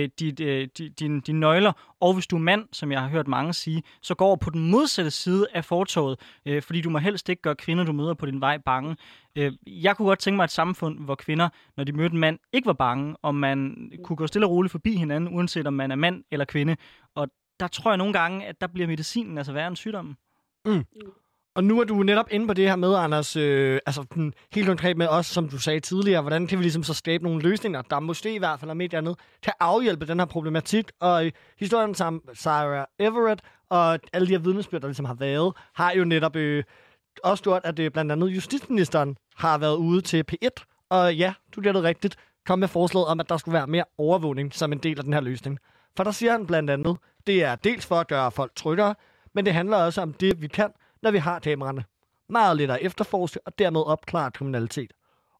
dine nøgler. Og hvis du er mand, som jeg har hørt mange sige, så gå over på den modsatte side af fortovet, fordi du må helst ikke gøre kvinder, du møder på din vej, bange. Jeg kunne godt tænke mig et samfund, hvor kvinder, når de mødte en mand, ikke var bange, og man kunne gå stille og roligt forbi hinanden, uanset om man er mand eller kvinde. Og der tror jeg nogle gange, at der bliver medicinen altså værre end sygdommen. Og nu er du netop inde på det her med, Anders, helt konkret med os, som du sagde tidligere, hvordan kan vi ligesom så skabe nogle løsninger, der måske i hvert fald er med andet, kan afhjælpe den her problematik. Og historien som Sarah Everett og alle de her vidnesbyrd, der ligesom har været, har jo netop også gjort, at blandt andet justitsministeren har været ude til P1. Og ja, du gør det rigtigt, kom med forslaget om, at der skulle være mere overvågning som en del af den her løsning. For der siger han blandt andet, det er dels for at gøre folk tryggere, men det handler også om det, vi kan, når vi har kameraerne. Meget lettere efterforske og dermed opklare kriminalitet.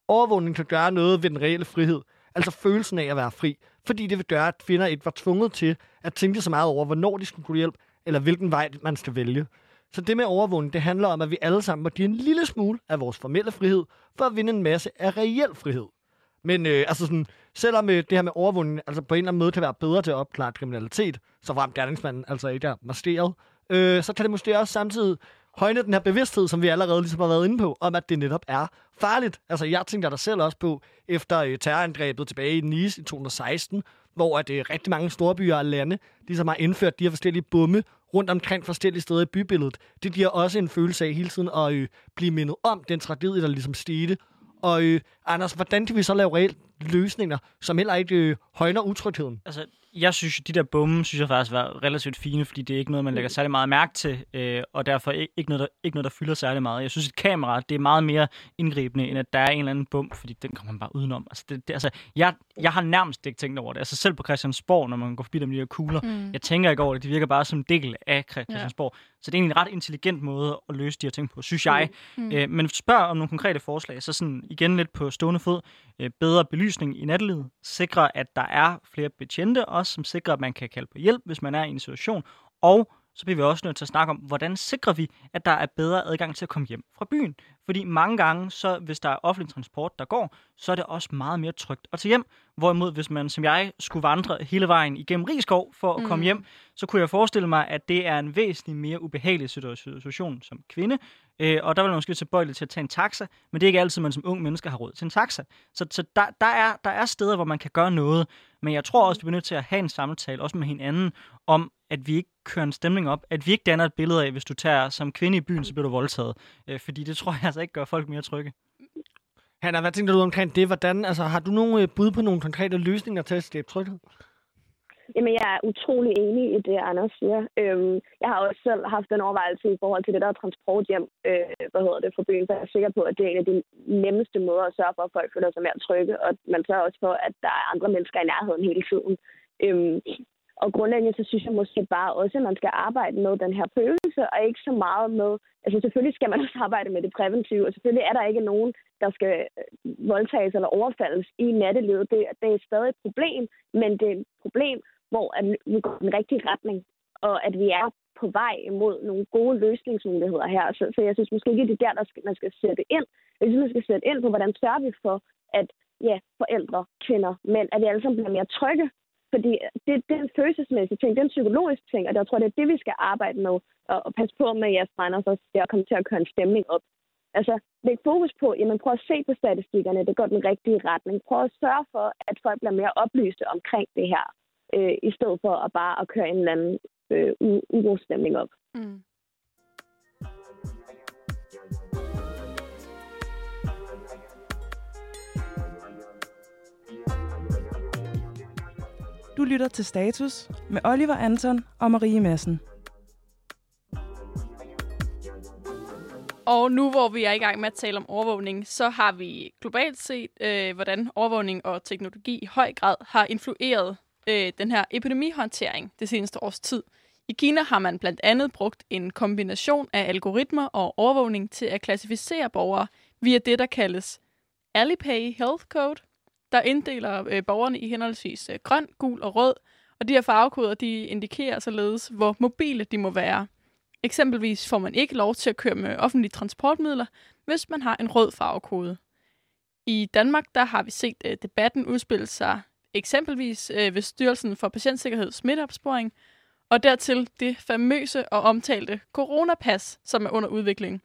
Overvågning kan gøre noget ved den reelle frihed, altså følelsen af at være fri, fordi det vil gøre, at kvinder ikke var tvunget til at tænke så meget over, hvornår de skulle kunne hjælp, eller hvilken vej man skal vælge. Så det med overvågning, det handler om, at vi alle sammen må give en lille smule af vores formelle frihed, for at vinde en masse af reel frihed. Men selvom det her med overvågning altså på en eller anden måde kan være bedre til at opklare kriminalitet, så frem gerningsmanden altså ikke er maskeret, så kan det måske også samtidig højne den her bevidsthed, som vi allerede ligesom har været inde på, om at det netop er farligt. Altså jeg tænker der selv også på, efter terrorangrebet tilbage i Nice i 2016, hvor rigtig mange storbyer og lande ligesom har indført de her forskellige bomme rundt omkring forskellige steder i bybilledet. Det giver også en følelse af hele tiden at blive mindet om den tragedie, der ligesom skete. Og Anders, hvordan kan vi så lave reelt løsninger, som heller ikke højner utrygheden? Altså, jeg synes, de der bomme, synes jeg faktisk var relativt fine, fordi det er ikke noget, man lægger særlig meget mærke til, og derfor ikke noget, der fylder særlig meget. Jeg synes, et kamera, det er meget mere indgribende, end at der er en eller anden bom, fordi den kommer man bare udenom. Altså, jeg har nærmest ikke tænkt over det. Altså selv på Christiansborg, når man går forbi dem de her kugler, jeg tænker ikke over det. De virker bare som en del af Christiansborg. Ja. Så det er egentlig en ret intelligent måde at løse de her ting på, synes jeg. Men spørg om nogle konkrete forslag, så sådan igen lidt på stående fod. Bedre belysning i nattelivet, sikre, at der er flere betjente også, som sikrer, at man kan kalde på hjælp, hvis man er i en situation. Og så bliver vi også nødt til at snakke om, hvordan sikrer vi, at der er bedre adgang til at komme hjem fra byen. Fordi mange gange, så hvis der er offentlig transport, der går, så er det også meget mere trygt at tage hjem. Hvorimod, hvis man som jeg skulle vandre hele vejen igennem Rigskov for at komme hjem, så kunne jeg forestille mig, at det er en væsentlig mere ubehagelig situation som kvinde. Og der vil man måske tilbøjeligt til at tage en taxa, men det er ikke altid, man som ung menneske har råd til en taxa. Så der er steder, hvor man kan gøre noget, men jeg tror også, vi bliver nødt til at have en samtale, også med hinanden, om at vi ikke kører en stemning op, at vi ikke danner et billede af, hvis du tager som kvinde i byen, så bliver du voldtaget. Fordi det tror jeg altså ikke gør folk mere trygge. Hanna, hvad tænker du omkring det? Har du nogle bud på nogle konkrete løsninger til at skabe tryghed? Jamen, jeg er utrolig enig i det, Anders siger. Jeg har også selv haft den overvejelse i forhold til det der transport hjem, fra byen, så jeg er sikker på, at det er en af de nemmeste måder at sørge for, at folk føler sig mere trygge, og man sørger også for, at der er andre mennesker i nærheden hele tiden. Og grundlæggende, så synes jeg måske bare også, at man skal arbejde med den her følelse, og ikke så meget med... Altså selvfølgelig skal man også arbejde med det præventive, og selvfølgelig er der ikke nogen, der skal voldtages eller overfaldes i nattelivet. Det er stadig et problem, men det er et problem, hvor at vi går i den rigtige retning, og at vi er på vej imod nogle gode løsningsmuligheder her. Så jeg synes måske ikke, det er der, man skal sætte ind. Jeg synes, man skal sætte ind på, hvordan sørger vi for, at forældre, kvinder, mænd, at vi alle sammen bliver mere trygge. Fordi det er en følelsesmæssig ting, det er en psykologisk ting, og jeg tror, det er det, vi skal arbejde med, og passe på med jeres brænder, så at komme til at køre en stemning op. Altså, læg fokus på, prøv at se på statistikkerne, det går den rigtige retning. Prøv at sørge for, at folk bliver mere oplyste omkring det her, i stedet for at bare at køre en eller anden urostemning op. Du lytter til Status med Oliver Anton og Marie Madsen. Og nu hvor vi er i gang med at tale om overvågning, så har vi globalt set, hvordan overvågning og teknologi i høj grad har influeret den her epidemihåndtering det seneste års tid. I Kina har man blandt andet brugt en kombination af algoritmer og overvågning til at klassificere borgere via det, der kaldes Alipay Health Code, der inddeler borgerne i henholdsvis grøn, gul og rød, og de her farvekoder de indikerer således, hvor mobile de må være. Eksempelvis får man ikke lov til at køre med offentlige transportmidler, hvis man har en rød farvekode. I Danmark der har vi set debatten udspille sig eksempelvis ved Styrelsen for Patientsikkerhed Smitteopsporing, og dertil det famøse og omtalte coronapas, som er under udvikling.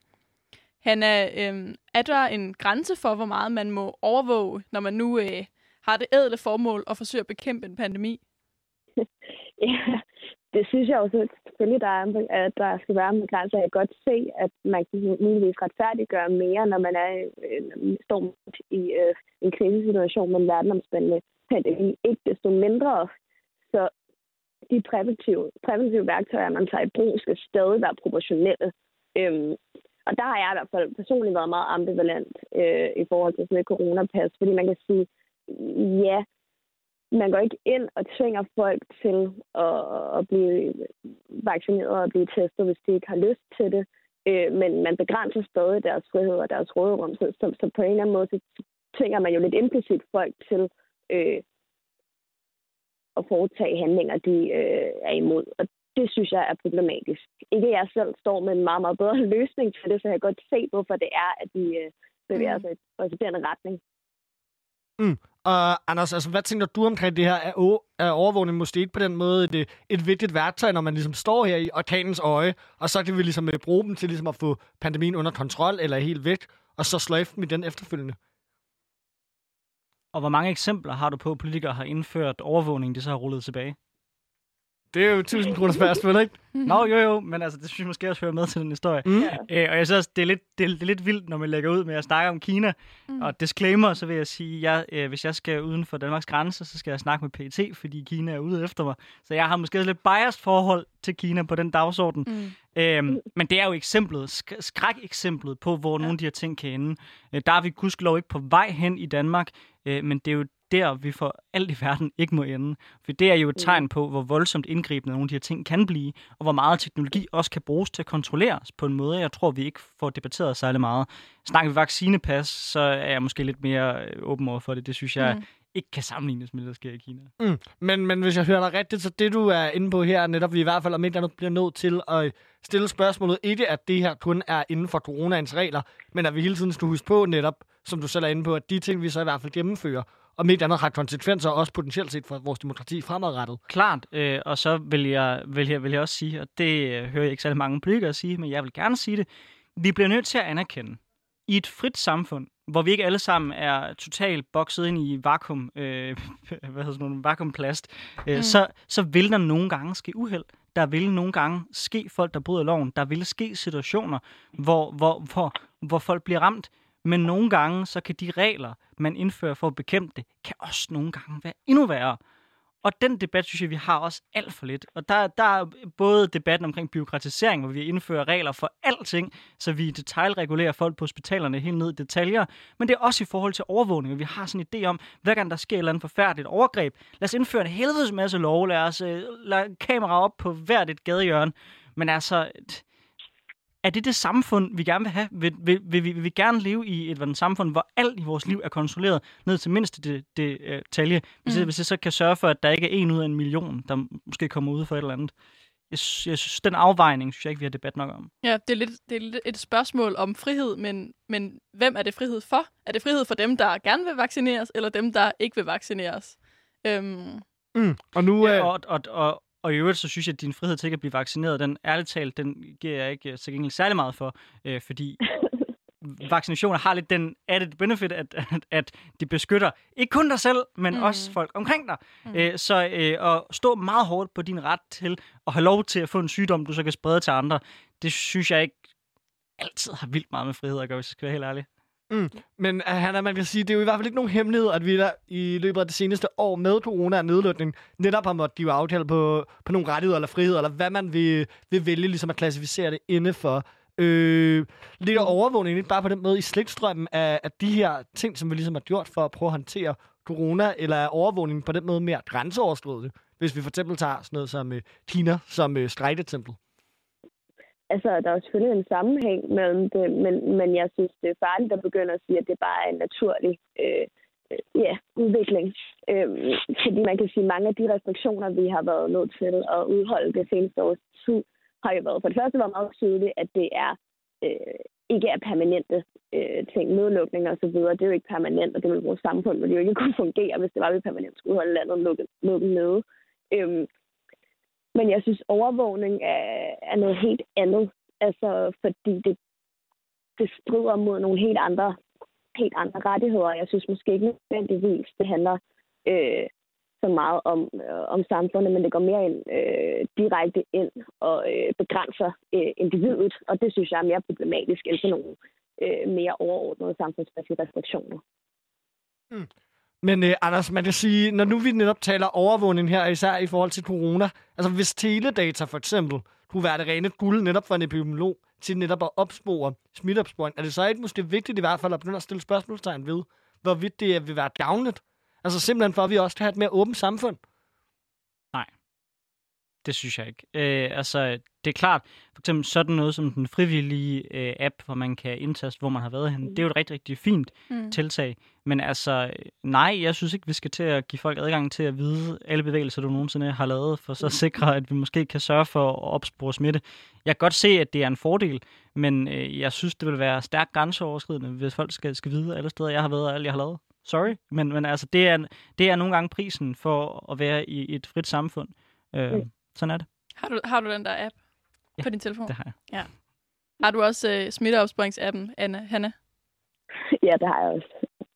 Er der en grænse for, hvor meget man må overvåge, når man nu har det ædle formål at forsøge at bekæmpe en pandemi? Ja, det synes jeg også selvfølgelig, at der skal være en grænse. Jeg kan godt se, at man kan muligvis retfærdiggøre mere, når man står i en krisesituation med en verdenomspændende pandemi. Ikke desto mindre, så de præventive værktøjer, man tager i brug, skal stadig være proportionelle. Og der har jeg i hvert fald personligt været meget ambivalent i forhold til sådan et coronapas, fordi man kan sige, ja, man går ikke ind og tvinger folk til at blive vaccineret og blive testet, hvis de ikke har lyst til det. Men man begrænser stadig deres frihed og deres råderum. Så på en eller anden måde, så tvinger man jo lidt implicit folk til at foretage handlinger, de er imod. Og det synes jeg er problematisk. Ikke jeg selv står med en meget, meget bedre løsning til det, så jeg kan godt se, hvorfor det er, at de bevæger sig i den retning. Og Anders, altså, hvad tænker du omkring det her? Er overvågning måske ikke på den måde et vigtigt værktøj, når man ligesom står her i orkanens øje, og så kan vi ligesom bruge dem til ligesom at få pandemien under kontrol eller helt væk, og så slå efter med den efterfølgende? Og hvor mange eksempler har du på, at politikere har indført overvågning, det så har rullet tilbage? Det er jo 1000 kroner spørgsmål, ikke? Nå, jo, men altså, det synes jeg måske også hører med til den historie. Og jeg synes også, det er lidt vildt, når man lægger ud med at snakke om Kina. Og disclaimer, så vil jeg sige, hvis jeg skal uden for Danmarks grænser, så skal jeg snakke med PET, fordi Kina er ude efter mig. Så jeg har måske også lidt biased forhold til Kina på den dagsorden. Men det er jo eksemplet, skrækeksemplet på, hvor nogle af de her ting kan ende. Der er vi gudskelov ikke på vej hen i Danmark, men det er jo der, vi for alt i verden ikke må ende. For det er jo et tegn på, hvor voldsomt indgribende nogle af de her ting kan blive, og hvor meget teknologi også kan bruges til at kontrolleres på en måde, jeg tror, vi ikke får debatteret særlig meget. Snakker vi vaccinepas, så er jeg måske lidt mere åben over for det. Det synes jeg ikke kan sammenlignes med det, der sker i Kina. Men hvis jeg hører dig rigtigt, så det, du er inde på her, er netop, vi i hvert fald om ikke andet bliver nødt til at stille spørgsmålet, ikke at det her kun er inden for coronaens regler, men at vi hele tiden skal huske på netop, som du selv er inde på, at de ting, vi så i hvert fald gennemfører, og med andet har konsekvenser også potentielt set for vores demokrati fremadrettet. Klart, og så vil jeg også sige, og det hører jeg ikke særlig mange politikere sige, men jeg vil gerne sige det, vi bliver nødt til at anerkende, i et frit samfund, hvor vi ikke alle sammen er totalt bokset ind i vakuumplast, så vil der nogle gange ske uheld. Der vil nogle gange ske folk, der bryder loven. Der vil ske situationer, hvor folk bliver ramt. Men nogle gange, så kan de regler, man indfører for at bekæmpe det, kan også nogle gange være endnu værre. Og den debat, synes jeg, vi har også alt for lidt. Og der er både debatten omkring bureaukratisering, hvor vi indfører regler for alting, så vi detailregulerer folk på hospitalerne helt ned i detaljer. Men det er også i forhold til overvågning, og vi har sådan en idé om, hver gang der sker et eller andet forfærdeligt overgreb, lad os indføre en helvedes masse lov, lad os lade kameraer op på hvert et gadehjørne. Men altså, er det samfund, vi gerne vil have? Vil vi gerne leve i et samfund, hvor alt i vores liv er kontrolleret ned til mindste detalje? Hvis det så kan sørge for, at der ikke er 1 ud af 1 million, der måske kommer ud for et eller andet. Jeg synes, den afvejning, synes jeg ikke, vi har debat nok om. Ja, det er lidt et spørgsmål om frihed, men hvem er det frihed for? Er det frihed for dem, der gerne vil vaccineres, eller dem, der ikke vil vaccineres? Og nu... Og i øvrigt, så synes jeg, at din frihed til at blive vaccineret, den ærligt talt, den giver jeg ikke så gengæld særlig meget for, fordi vaccinationer har lidt den added benefit, at de beskytter ikke kun dig selv, men også folk omkring dig. Så at stå meget hårdt på din ret til at have lov til at få en sygdom, du så kan sprede til andre, det synes jeg ikke altid har vildt meget med frihed at gøre, hvis jeg skal være helt ærlig. Men Hanna, man kan sige, det er jo i hvert fald ikke nogen hemmelighed, at vi der i løbet af det seneste år med corona og nedlukning netop har måttet give aftale på nogle rettigheder eller friheder, eller hvad man vil vælge ligesom at klassificere det inden for. Ligger overvågningen ikke bare på den måde i slægtstrømmen af de her ting, som vi ligesom har gjort for at prøve at håndtere corona, eller er overvågningen på den måde mere grænseoverskridende, hvis vi for eksempel tager sådan noget som Kina som skrækeksempel? Altså, der er jo selvfølgelig en sammenhæng mellem det, men jeg synes, det er farligt at begynde at sige, at det bare er en naturlig udvikling. Fordi man kan sige, at mange af de restriktioner, vi har været nødt til at udholde det seneste års tid, har jo været for det første været meget tydeligt, at det ikke er permanente ting, nedlukninger og så videre. Det er jo ikke permanent, og det vil vores samfund, men det jo ikke kunne fungere, hvis det var, vi permanent skulle holde landet lukket nede. Men jeg synes, overvågning er noget helt andet. Altså, fordi det strider mod nogle helt andre rettigheder. Jeg synes måske ikke nødvendigvis, det handler så meget om samfundet, men det går mere ind, direkte ind og begrænser individet. Og det synes jeg er mere problematisk end sådan nogle mere overordnede samfundsmæssige restriktioner. Men Anders, man kan sige, når nu vi netop taler overvågning her, især i forhold til corona, altså hvis teledata for eksempel kunne være det rene guld netop for en epidemiolog til netop at opspore smitteopsporing, er det så ikke måske vigtigt i hvert fald at begynde at stille spørgsmålstegn ved, hvorvidt det vil være gavnligt? Altså simpelthen for, at vi også kan have et mere åbent samfund? Nej. Det synes jeg ikke. Det er klart, for eksempel sådan noget som den frivillige app, hvor man kan indtaste, hvor man har været henne. Det er jo et rigtig, rigtig fint tiltag. Men nej, jeg synes ikke, vi skal til at give folk adgang til at vide alle bevægelser, du nogensinde har lavet, for så at sikre, at vi måske kan sørge for at opspore smitte. Jeg kan godt se, at det er en fordel, men jeg synes, det vil være stærkt grænseoverskridende, hvis folk skal vide alle steder, jeg har været og alt, jeg har lavet. Sorry, men det er nogle gange prisen for at være i et frit samfund. Sådan er det. Har du den der app på din telefon? Det har jeg. Ja. Har du også smitteopsporingsappen, Hanne? Ja, det har jeg også.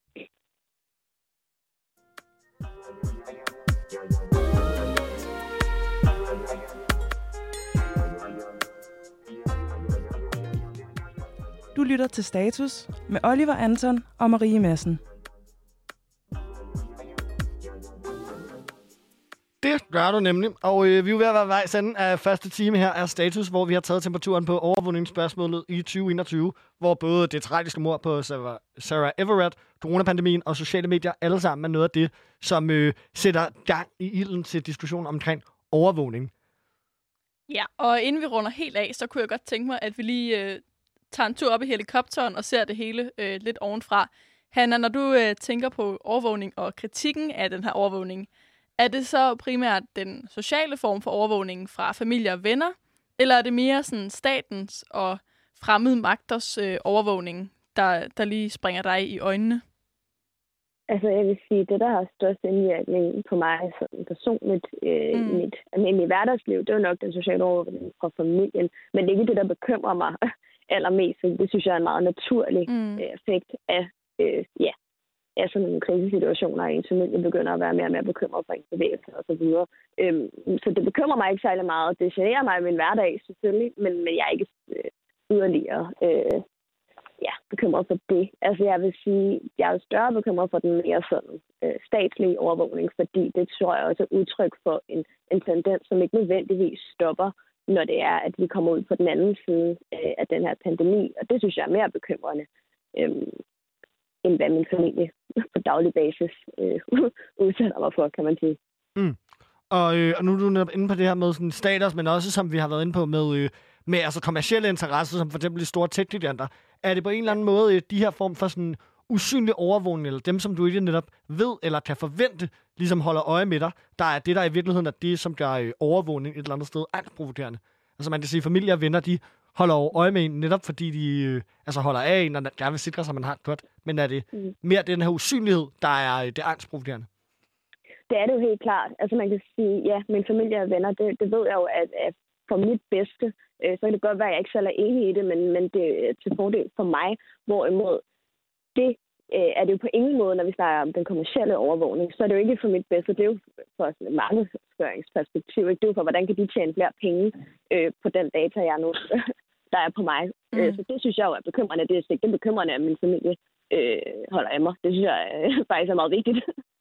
Du lytter til Status med Oliver Anton og Marie Madsen. Det gør du nemlig, og vi er jo ved at være vejs ende af første time her af Status, hvor vi har taget temperaturen på overvågningsspørgsmålet i 2021, hvor både det tragiske mord på Sarah Everett, coronapandemien og sociale medier alle sammen er noget af det, som sætter gang i ilden til diskussion omkring overvågning. Ja, og inden vi runder helt af, så kunne jeg godt tænke mig, at vi lige tager en tur op i helikopteren og ser det hele lidt ovenfra. Hanna, når du tænker på overvågning og kritikken af den her overvågning, er det så primært den sociale form for overvågning fra familie og venner, eller er det mere sådan statens og fremmede magters overvågning, der lige springer dig i øjnene? Altså, jeg vil sige, det, der har størst indvirkning på mig sådan personligt i mit almindelige hverdagsliv, det er jo nok den sociale overvågning fra familien. Men det er ikke det, der bekymrer mig allermest. Det synes jeg er en meget naturlig effekt af sådan nogle krisesituationer, at ens familie begynder at være mere og mere bekymret for ens bevægelser og så videre. Så det bekymrer mig ikke særlig meget. Det generer mig i min hverdag selvfølgelig, men jeg er ikke yderligere bekymret for det. Altså jeg vil sige, jeg er jo større bekymret for den mere sådan statslige overvågning, fordi det tror jeg også er udtryk for en tendens, som ikke nødvendigvis stopper, når det er, at vi kommer ud på den anden side af den her pandemi. Og det synes jeg er mere bekymrende, end hvad min familie på daglig basis udsætter mig for, kan man sige. Og nu er du netop inde på det her med sådan status, men også som vi har været inde på med altså kommercielle interesser, som for eksempel de store tech-giganter. Er det på en eller anden måde de her form for sådan usynlig overvågning, eller dem, som du ikke netop ved eller kan forvente, ligesom holder øje med dig, der er det, der i virkeligheden er det, som gør overvågning et eller andet sted angstprovokerende? Altså man kan sige, familie og venner, de holder øje med en, netop fordi de holder af en, og gerne vil sikre sig, at man har det godt. Men er det mere den her usynlighed, der er det angstprovokerende? Det er det jo helt klart. Altså man kan sige, ja, min familie og venner, det ved jeg jo, at for mit bedste, så kan det godt være, at jeg ikke selv er enig i det, men det er til fordel for mig. Hvorimod det er det jo på ingen måde, når vi snakker om den kommercielle overvågning, så er det jo ikke for mit bedste. Det er jo for sådan et markedsføringsperspektiv. Det er jo for, hvordan kan de tjene flere penge på den data, jeg nu, der er på mig. Så det synes jeg jo er bekymrende. Det er ikke bekymrende, at min familie holder af mig. Det synes jeg faktisk er meget vigtigt.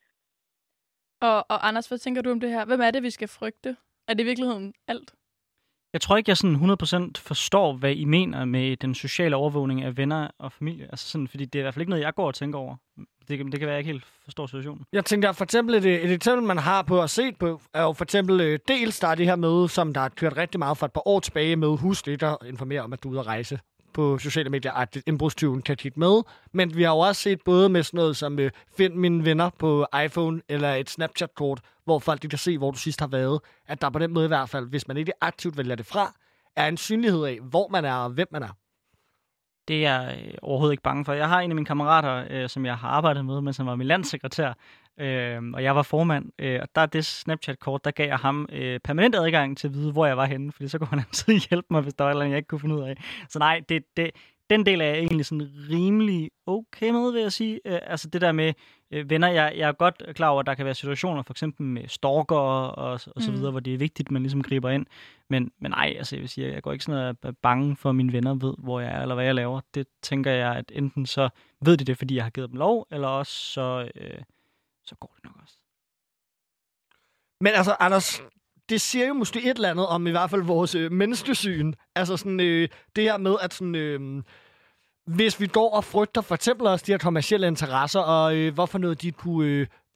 Og Anders, hvad tænker du om det her? Hvem er det, vi skal frygte? Er det i virkeligheden alt? Jeg tror ikke, jeg sådan 100% forstår, hvad I mener med den sociale overvågning af venner og familie. Altså sådan, fordi det er i hvert fald ikke noget, jeg går og tænker over. Det kan være, jeg ikke helt forstår situationen. Jeg tænker, for eksempel et eksempel, man har på at se på, er jo for eksempel dels, der er det her møde, som der har kørt rigtig meget for et par år tilbage med Husk det, der informerer om, at du er ude at rejse på sociale medier, at indbrudstyven kan kigge med. Men vi har jo også set både med sådan noget som Find mine venner på iPhone, eller et Snapchat-kort, hvor folk de kan se, hvor du sidst har været. At der på den måde i hvert fald, hvis man ikke aktivt vælger det fra, er en synlighed af, hvor man er og hvem man er. Det er jeg overhovedet ikke bange for. Jeg har en af mine kammerater, som jeg har arbejdet med, mens han var min landssekretær, og jeg var formand. Og der er det Snapchat-kort, der gav jeg ham permanent adgang til at vide, hvor jeg var henne, fordi så kunne han altid hjælpe mig, hvis der var et eller andet, jeg ikke kunne finde ud af. Så nej, den del er jeg egentlig sådan rimelig okay med, vil jeg sige. Altså det der med venner, jeg er godt klar over, at der kan være situationer, for eksempel med stalker og så videre, hvor det er vigtigt, at man ligesom griber ind. Men nej, altså jeg vil sige, jeg går ikke sådan noget bange for, at mine venner ved, hvor jeg er, eller hvad jeg laver. Det tænker jeg, at enten så ved de det, fordi jeg har givet dem lov, eller også så går det nok også. Men altså, Anders, det siger jo måske et eller andet om i hvert fald vores menneskesyn. Altså sådan det her med, at sådan, hvis vi går og frygter for eksempel også de her kommercielle interesser, og hvorfor noget de kunne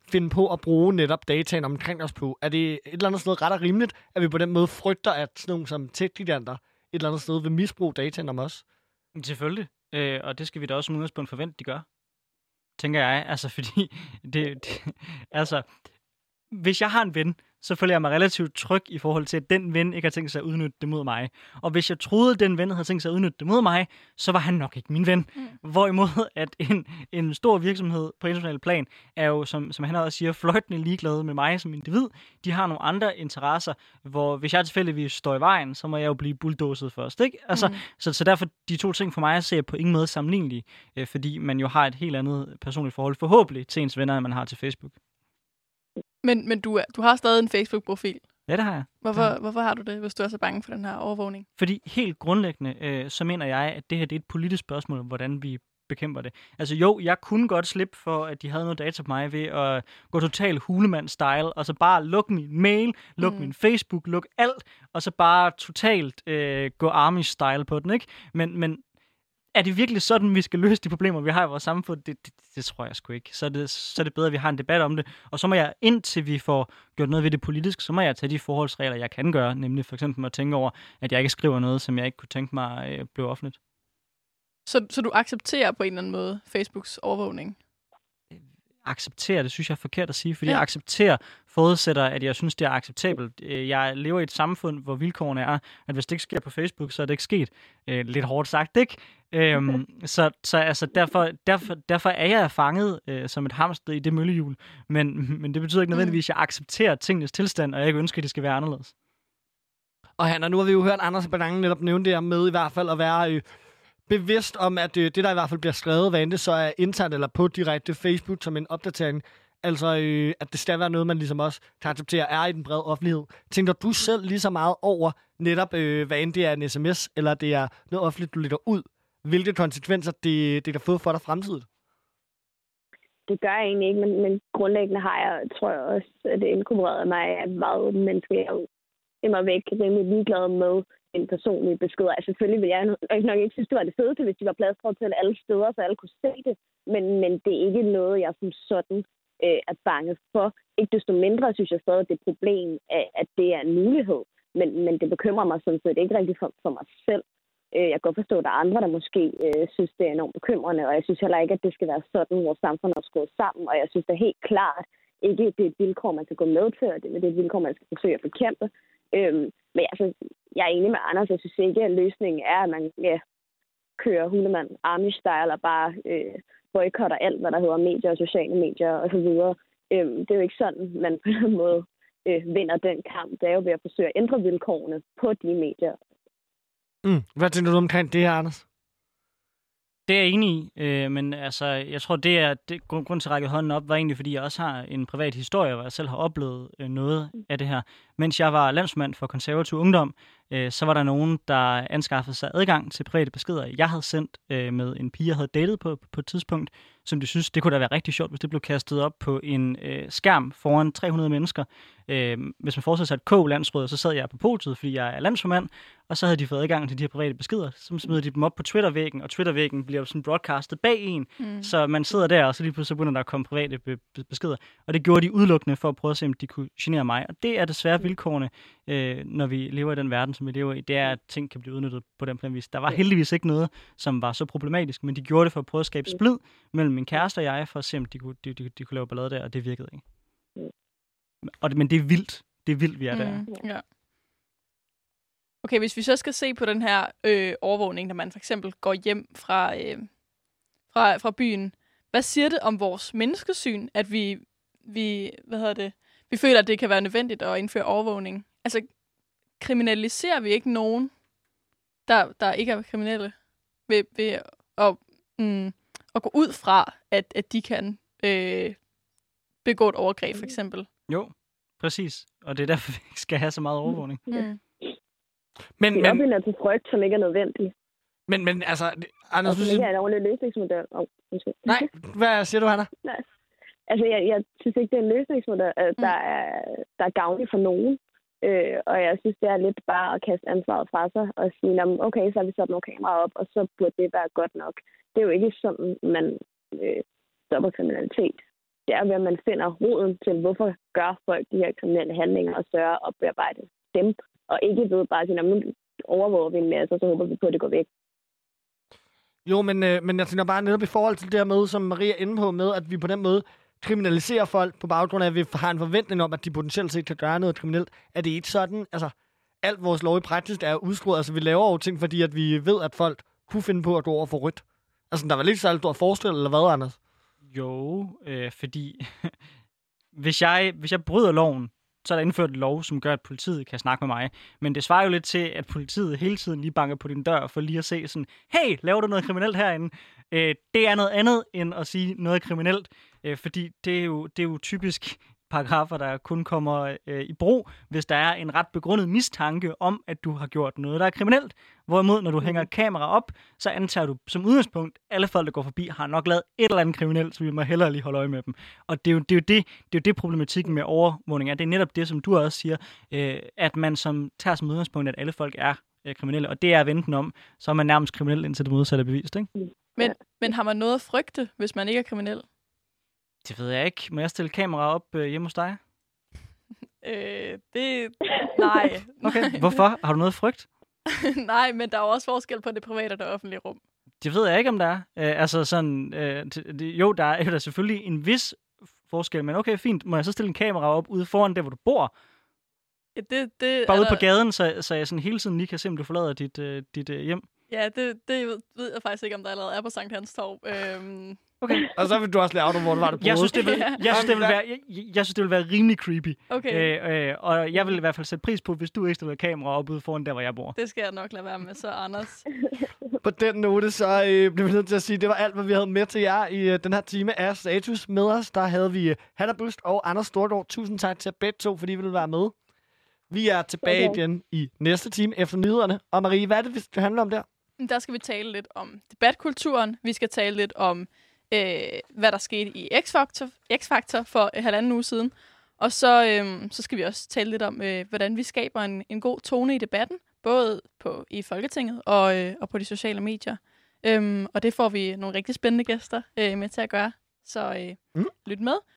finde på at bruge netop dataen omkring os på? Er det et eller andet sted ret og rimeligt, at vi på den måde frygter, at sådan nogle som tech-giganter et eller andet sted vil misbruge dataen om os? Selvfølgelig. Og det skal vi da også som udgangspunkt forvente, de gør. Tænker jeg. Altså, fordi altså, hvis jeg har en ven, så føler jeg mig relativt tryg i forhold til, at den ven ikke har tænkt sig at udnytte det mod mig. Og hvis jeg troede, at den ven havde tænkt sig at udnytte det mod mig, så var han nok ikke min ven. Hvorimod, at en stor virksomhed på international plan er jo, som han også siger, fløjtende ligeglade med mig som individ. De har nogle andre interesser, hvor hvis jeg tilfældigvis står i vejen, så må jeg jo blive bulldozet først. Ikke? Altså, så derfor, de to ting for mig ser jeg på ingen måde sammenlignelige, fordi man jo har et helt andet personligt forhold, forhåbentlig, til ens venner, end man har til Facebook. Men du har stadig en Facebook-profil. Ja, det har jeg. Hvorfor har du det, hvis du er så bange for den her overvågning? Fordi helt grundlæggende, så mener jeg, at det her det er et politisk spørgsmål, hvordan vi bekæmper det. Altså jo, jeg kunne godt slippe for, at de havde noget data på mig ved at gå total hulemand-style, og så bare lukke min mail, lukke min Facebook, lukke alt, og så bare totalt gå Amish-style på den, ikke? Men er det virkelig sådan, vi skal løse de problemer, vi har i vores samfund? Det tror jeg sgu ikke. Så er det bedre, at vi har en debat om det. Og så må jeg, indtil vi får gjort noget ved det politisk, så må jeg tage de forholdsregler, jeg kan gøre. Nemlig for eksempel at tænke over, at jeg ikke skriver noget, som jeg ikke kunne tænke mig blev offentligt. Så du accepterer på en eller anden måde Facebooks overvågning? Acceptere, det synes jeg er forkert at sige, fordi jeg accepterer forudsætter, at jeg synes, det er acceptabelt. Jeg lever i et samfund, hvor vilkårene er, at hvis det ikke sker på Facebook, så er det ikke sket. Lidt hårdt sagt, ikke? Så altså, derfor er jeg fanget som et hamster i det møllehjul, men det betyder ikke nødvendigvis, at jeg accepterer tingenes tilstand, og jeg ikke ønsker, at det skal være anderledes. Og Hanna, nu har vi jo hørt Anders Balangen netop nævne det her med i hvert fald at være bevidst om, at det, der i hvert fald bliver skrevet, hvad end det så er internt eller på direkte Facebook som en opdatering, altså at det skal være noget, man ligesom også kan acceptere, er i den brede offentlighed. Tænker du selv lige så meget over netop, hvad end det er en sms, eller det er noget offentligt, du lægger ud? Hvilke konsekvenser det kan få for dig fremtidigt? Det gør jeg egentlig ikke, men grundlæggende har jeg, tror jeg også, at det inkorporeret mig af meget menneske. Jeg er jo immer væk rimelig ligeglad med en personlig besked. Altså, selvfølgelig vil jeg nok ikke synes, det var det fedeste, hvis de var plastret til alle steder, så alle kunne se det. Men det er ikke noget, jeg som sådan er bange for. Ikke desto mindre synes jeg stadig, at det er et problem, at det er en mulighed. Men det bekymrer mig sådan set ikke rigtig for mig selv. Jeg kan godt forstå, at der er andre, der måske synes, det er enormt bekymrende, og jeg synes heller ikke, at det skal være sådan, vores samfund er skruet sammen. Og jeg synes da helt klart ikke, at det er et vilkår, man skal gå med til, og det er et vilkår, man skal forsøge at bekæmpe. Men altså, jeg er enig med Anders. Jeg synes ikke, at løsningen er, at man kører hulemand Amish-style og bare boykotter alt, hvad der hedder medier og sociale medier osv. Det er jo ikke sådan, man på en måde vinder den kamp. Det er jo ved at forsøge at ændre vilkårene på de medier. Hvad tænker du omkring det her, Anders? Det er jeg enig i, men altså, jeg tror, grund til at række hånden op, var egentlig, fordi jeg også har en privat historie, hvor jeg selv har oplevet noget af det her. Mens jeg var landsmand for Konservativ Ungdom, så var der nogen, der anskaffede sig adgang til private beskeder, jeg havde sendt med en pige, jeg havde datet på et tidspunkt, som de synes, det kunne da være rigtig sjovt, hvis det blev kastet op på en skærm foran 300 mennesker. Hvis man forestiller sig et K-landsråd, så sad jeg på podiet, fordi jeg er landsformand, og så havde de fået adgang til de her private beskeder. Så smider de dem op på Twittervæggen, og Twittervæggen bliver sådan broadcastet bag en, så man sidder der, og så lige pludselig begynder der at komme private beskeder. Og det gjorde de udelukkende for at prøve at se, om de kunne genere mig. Og det er desværre vilkårene, når vi lever i den verden, som vi lever i. Det er, at ting kan blive udnyttet på den plan vis. Der var heldigvis ikke noget, som var så problematisk, men de gjorde det for at prøve at skabe splid mellem min kæreste og jeg, for at se, om de kunne lave ballade der, og det virkede ikke. Men det er vildt. Det er vildt, vi er der. Ja. Okay, hvis vi så skal se på den her overvågning, når man for eksempel går hjem fra byen, hvad siger det om vores menneskesyn, at vi føler, at det kan være nødvendigt at indføre overvågning? Altså, kriminaliserer vi ikke nogen, der ikke er kriminelle, ved at gå ud fra, at de kan begå et overgreb, for eksempel? Jo, præcis. Og det er derfor, vi ikke skal have så meget overvågning. Men det opbinder til frygt, som ikke er nødvendig. Men altså, Anders, det ikke er en ordentlig løsningsmodel. Nej, hvad siger du, Hanna? Nej. Altså, jeg synes ikke, det er en løsningsmodel, der er gavnlig for nogen. Og jeg synes, det er lidt bare at kaste ansvaret fra sig og sige, okay, så har vi sat nogle kameraer op, og så burde det være godt nok. Det er jo ikke sådan, man stopper kriminalitet. det er ved, at man finder roden til, hvorfor gør folk de her kriminelle handlinger, og sørger at bearbejde dem, og ikke ved bare at sige, nu overvåger vi en masse, og så håber vi på, at det går væk. Jo, men jeg tænker bare netop i forhold til det her med, som Maria er inde på, med at vi på den måde kriminaliserer folk på baggrund af, at vi har en forventning om, at de potentielt set kan gøre noget kriminelt. Er det ikke sådan, altså alt vores lov i praksis er udskruet, altså vi laver jo ting, fordi at vi ved, at folk kunne finde på at gå over for rødt. Altså der var lidt særligt stor forskel, eller hvad, Anders? Jo, fordi hvis jeg bryder loven, så er der indført en lov, som gør, at politiet kan snakke med mig. Men det svarer jo lidt til, at politiet hele tiden lige banker på din dør for lige at se sådan, hey, laver du noget kriminelt herinde? Det er noget andet end at sige noget kriminelt, fordi det er jo typisk paragrafer, der kun kommer i brug, hvis der er en ret begrundet mistanke om, at du har gjort noget, der er kriminelt. Hvorimod, når du hænger et kamera op, så antager du som udgangspunkt, alle folk, der går forbi, har nok lavet et eller andet kriminelt, så vi må hellere lige holde øje med dem. Og det er jo det problematikken med overvågning er. Det er netop det, som du også siger, at man tager som udgangspunkt, at alle folk er kriminelle, og det er venten om, så er man nærmest kriminel, indtil det modsatte er bevist, ikke? Men har man noget at frygte, hvis man ikke er kriminel? Det ved jeg ikke. Må jeg stille kamera op hjemme hos dig? Nej. Okay, hvorfor? Har du noget frygt? Nej, men der er jo også forskel på det private og det offentlige rum. Det ved jeg ikke, om der er. Altså sådan, jo, der er der selvfølgelig en vis forskel, men okay, fint. Må jeg så stille en kamera op ude foran der, hvor du bor? Ja, det bare ude på gaden, så jeg sådan hele tiden lige kan se, om du forlader dit hjem. Ja, det ved jeg faktisk ikke, om der allerede er på Sankt Hans Torv. Okay. Og så vil du også lave auto, hvor du var det. Jeg synes, det vil være rimelig creepy. Okay. Og jeg vil i hvert fald sætte pris på, hvis du ikke stiller kamera op ude foran der, hvor jeg bor. Det skal jeg nok lade være med, så Anders. På den note, så blev vi nødt til at sige, at det var alt, hvad vi havde med til jer i den her time af Status. Med os, der havde vi Hanna Bust og Anders Storgård. Tusind tak til jer begge to, fordi I ville være med. Vi er tilbage igen i næste time efter nyhederne. Og Marie, hvad er det, det handler om der? Der skal vi tale lidt om debatkulturen. Vi skal tale lidt om, hvad der skete i X-Factor for 1,5 uge siden. Og så skal vi også tale lidt om, hvordan vi skaber en god tone i debatten, både i Folketinget og på de sociale medier. Og det får vi nogle rigtig spændende gæster med til at gøre. Så lyt med.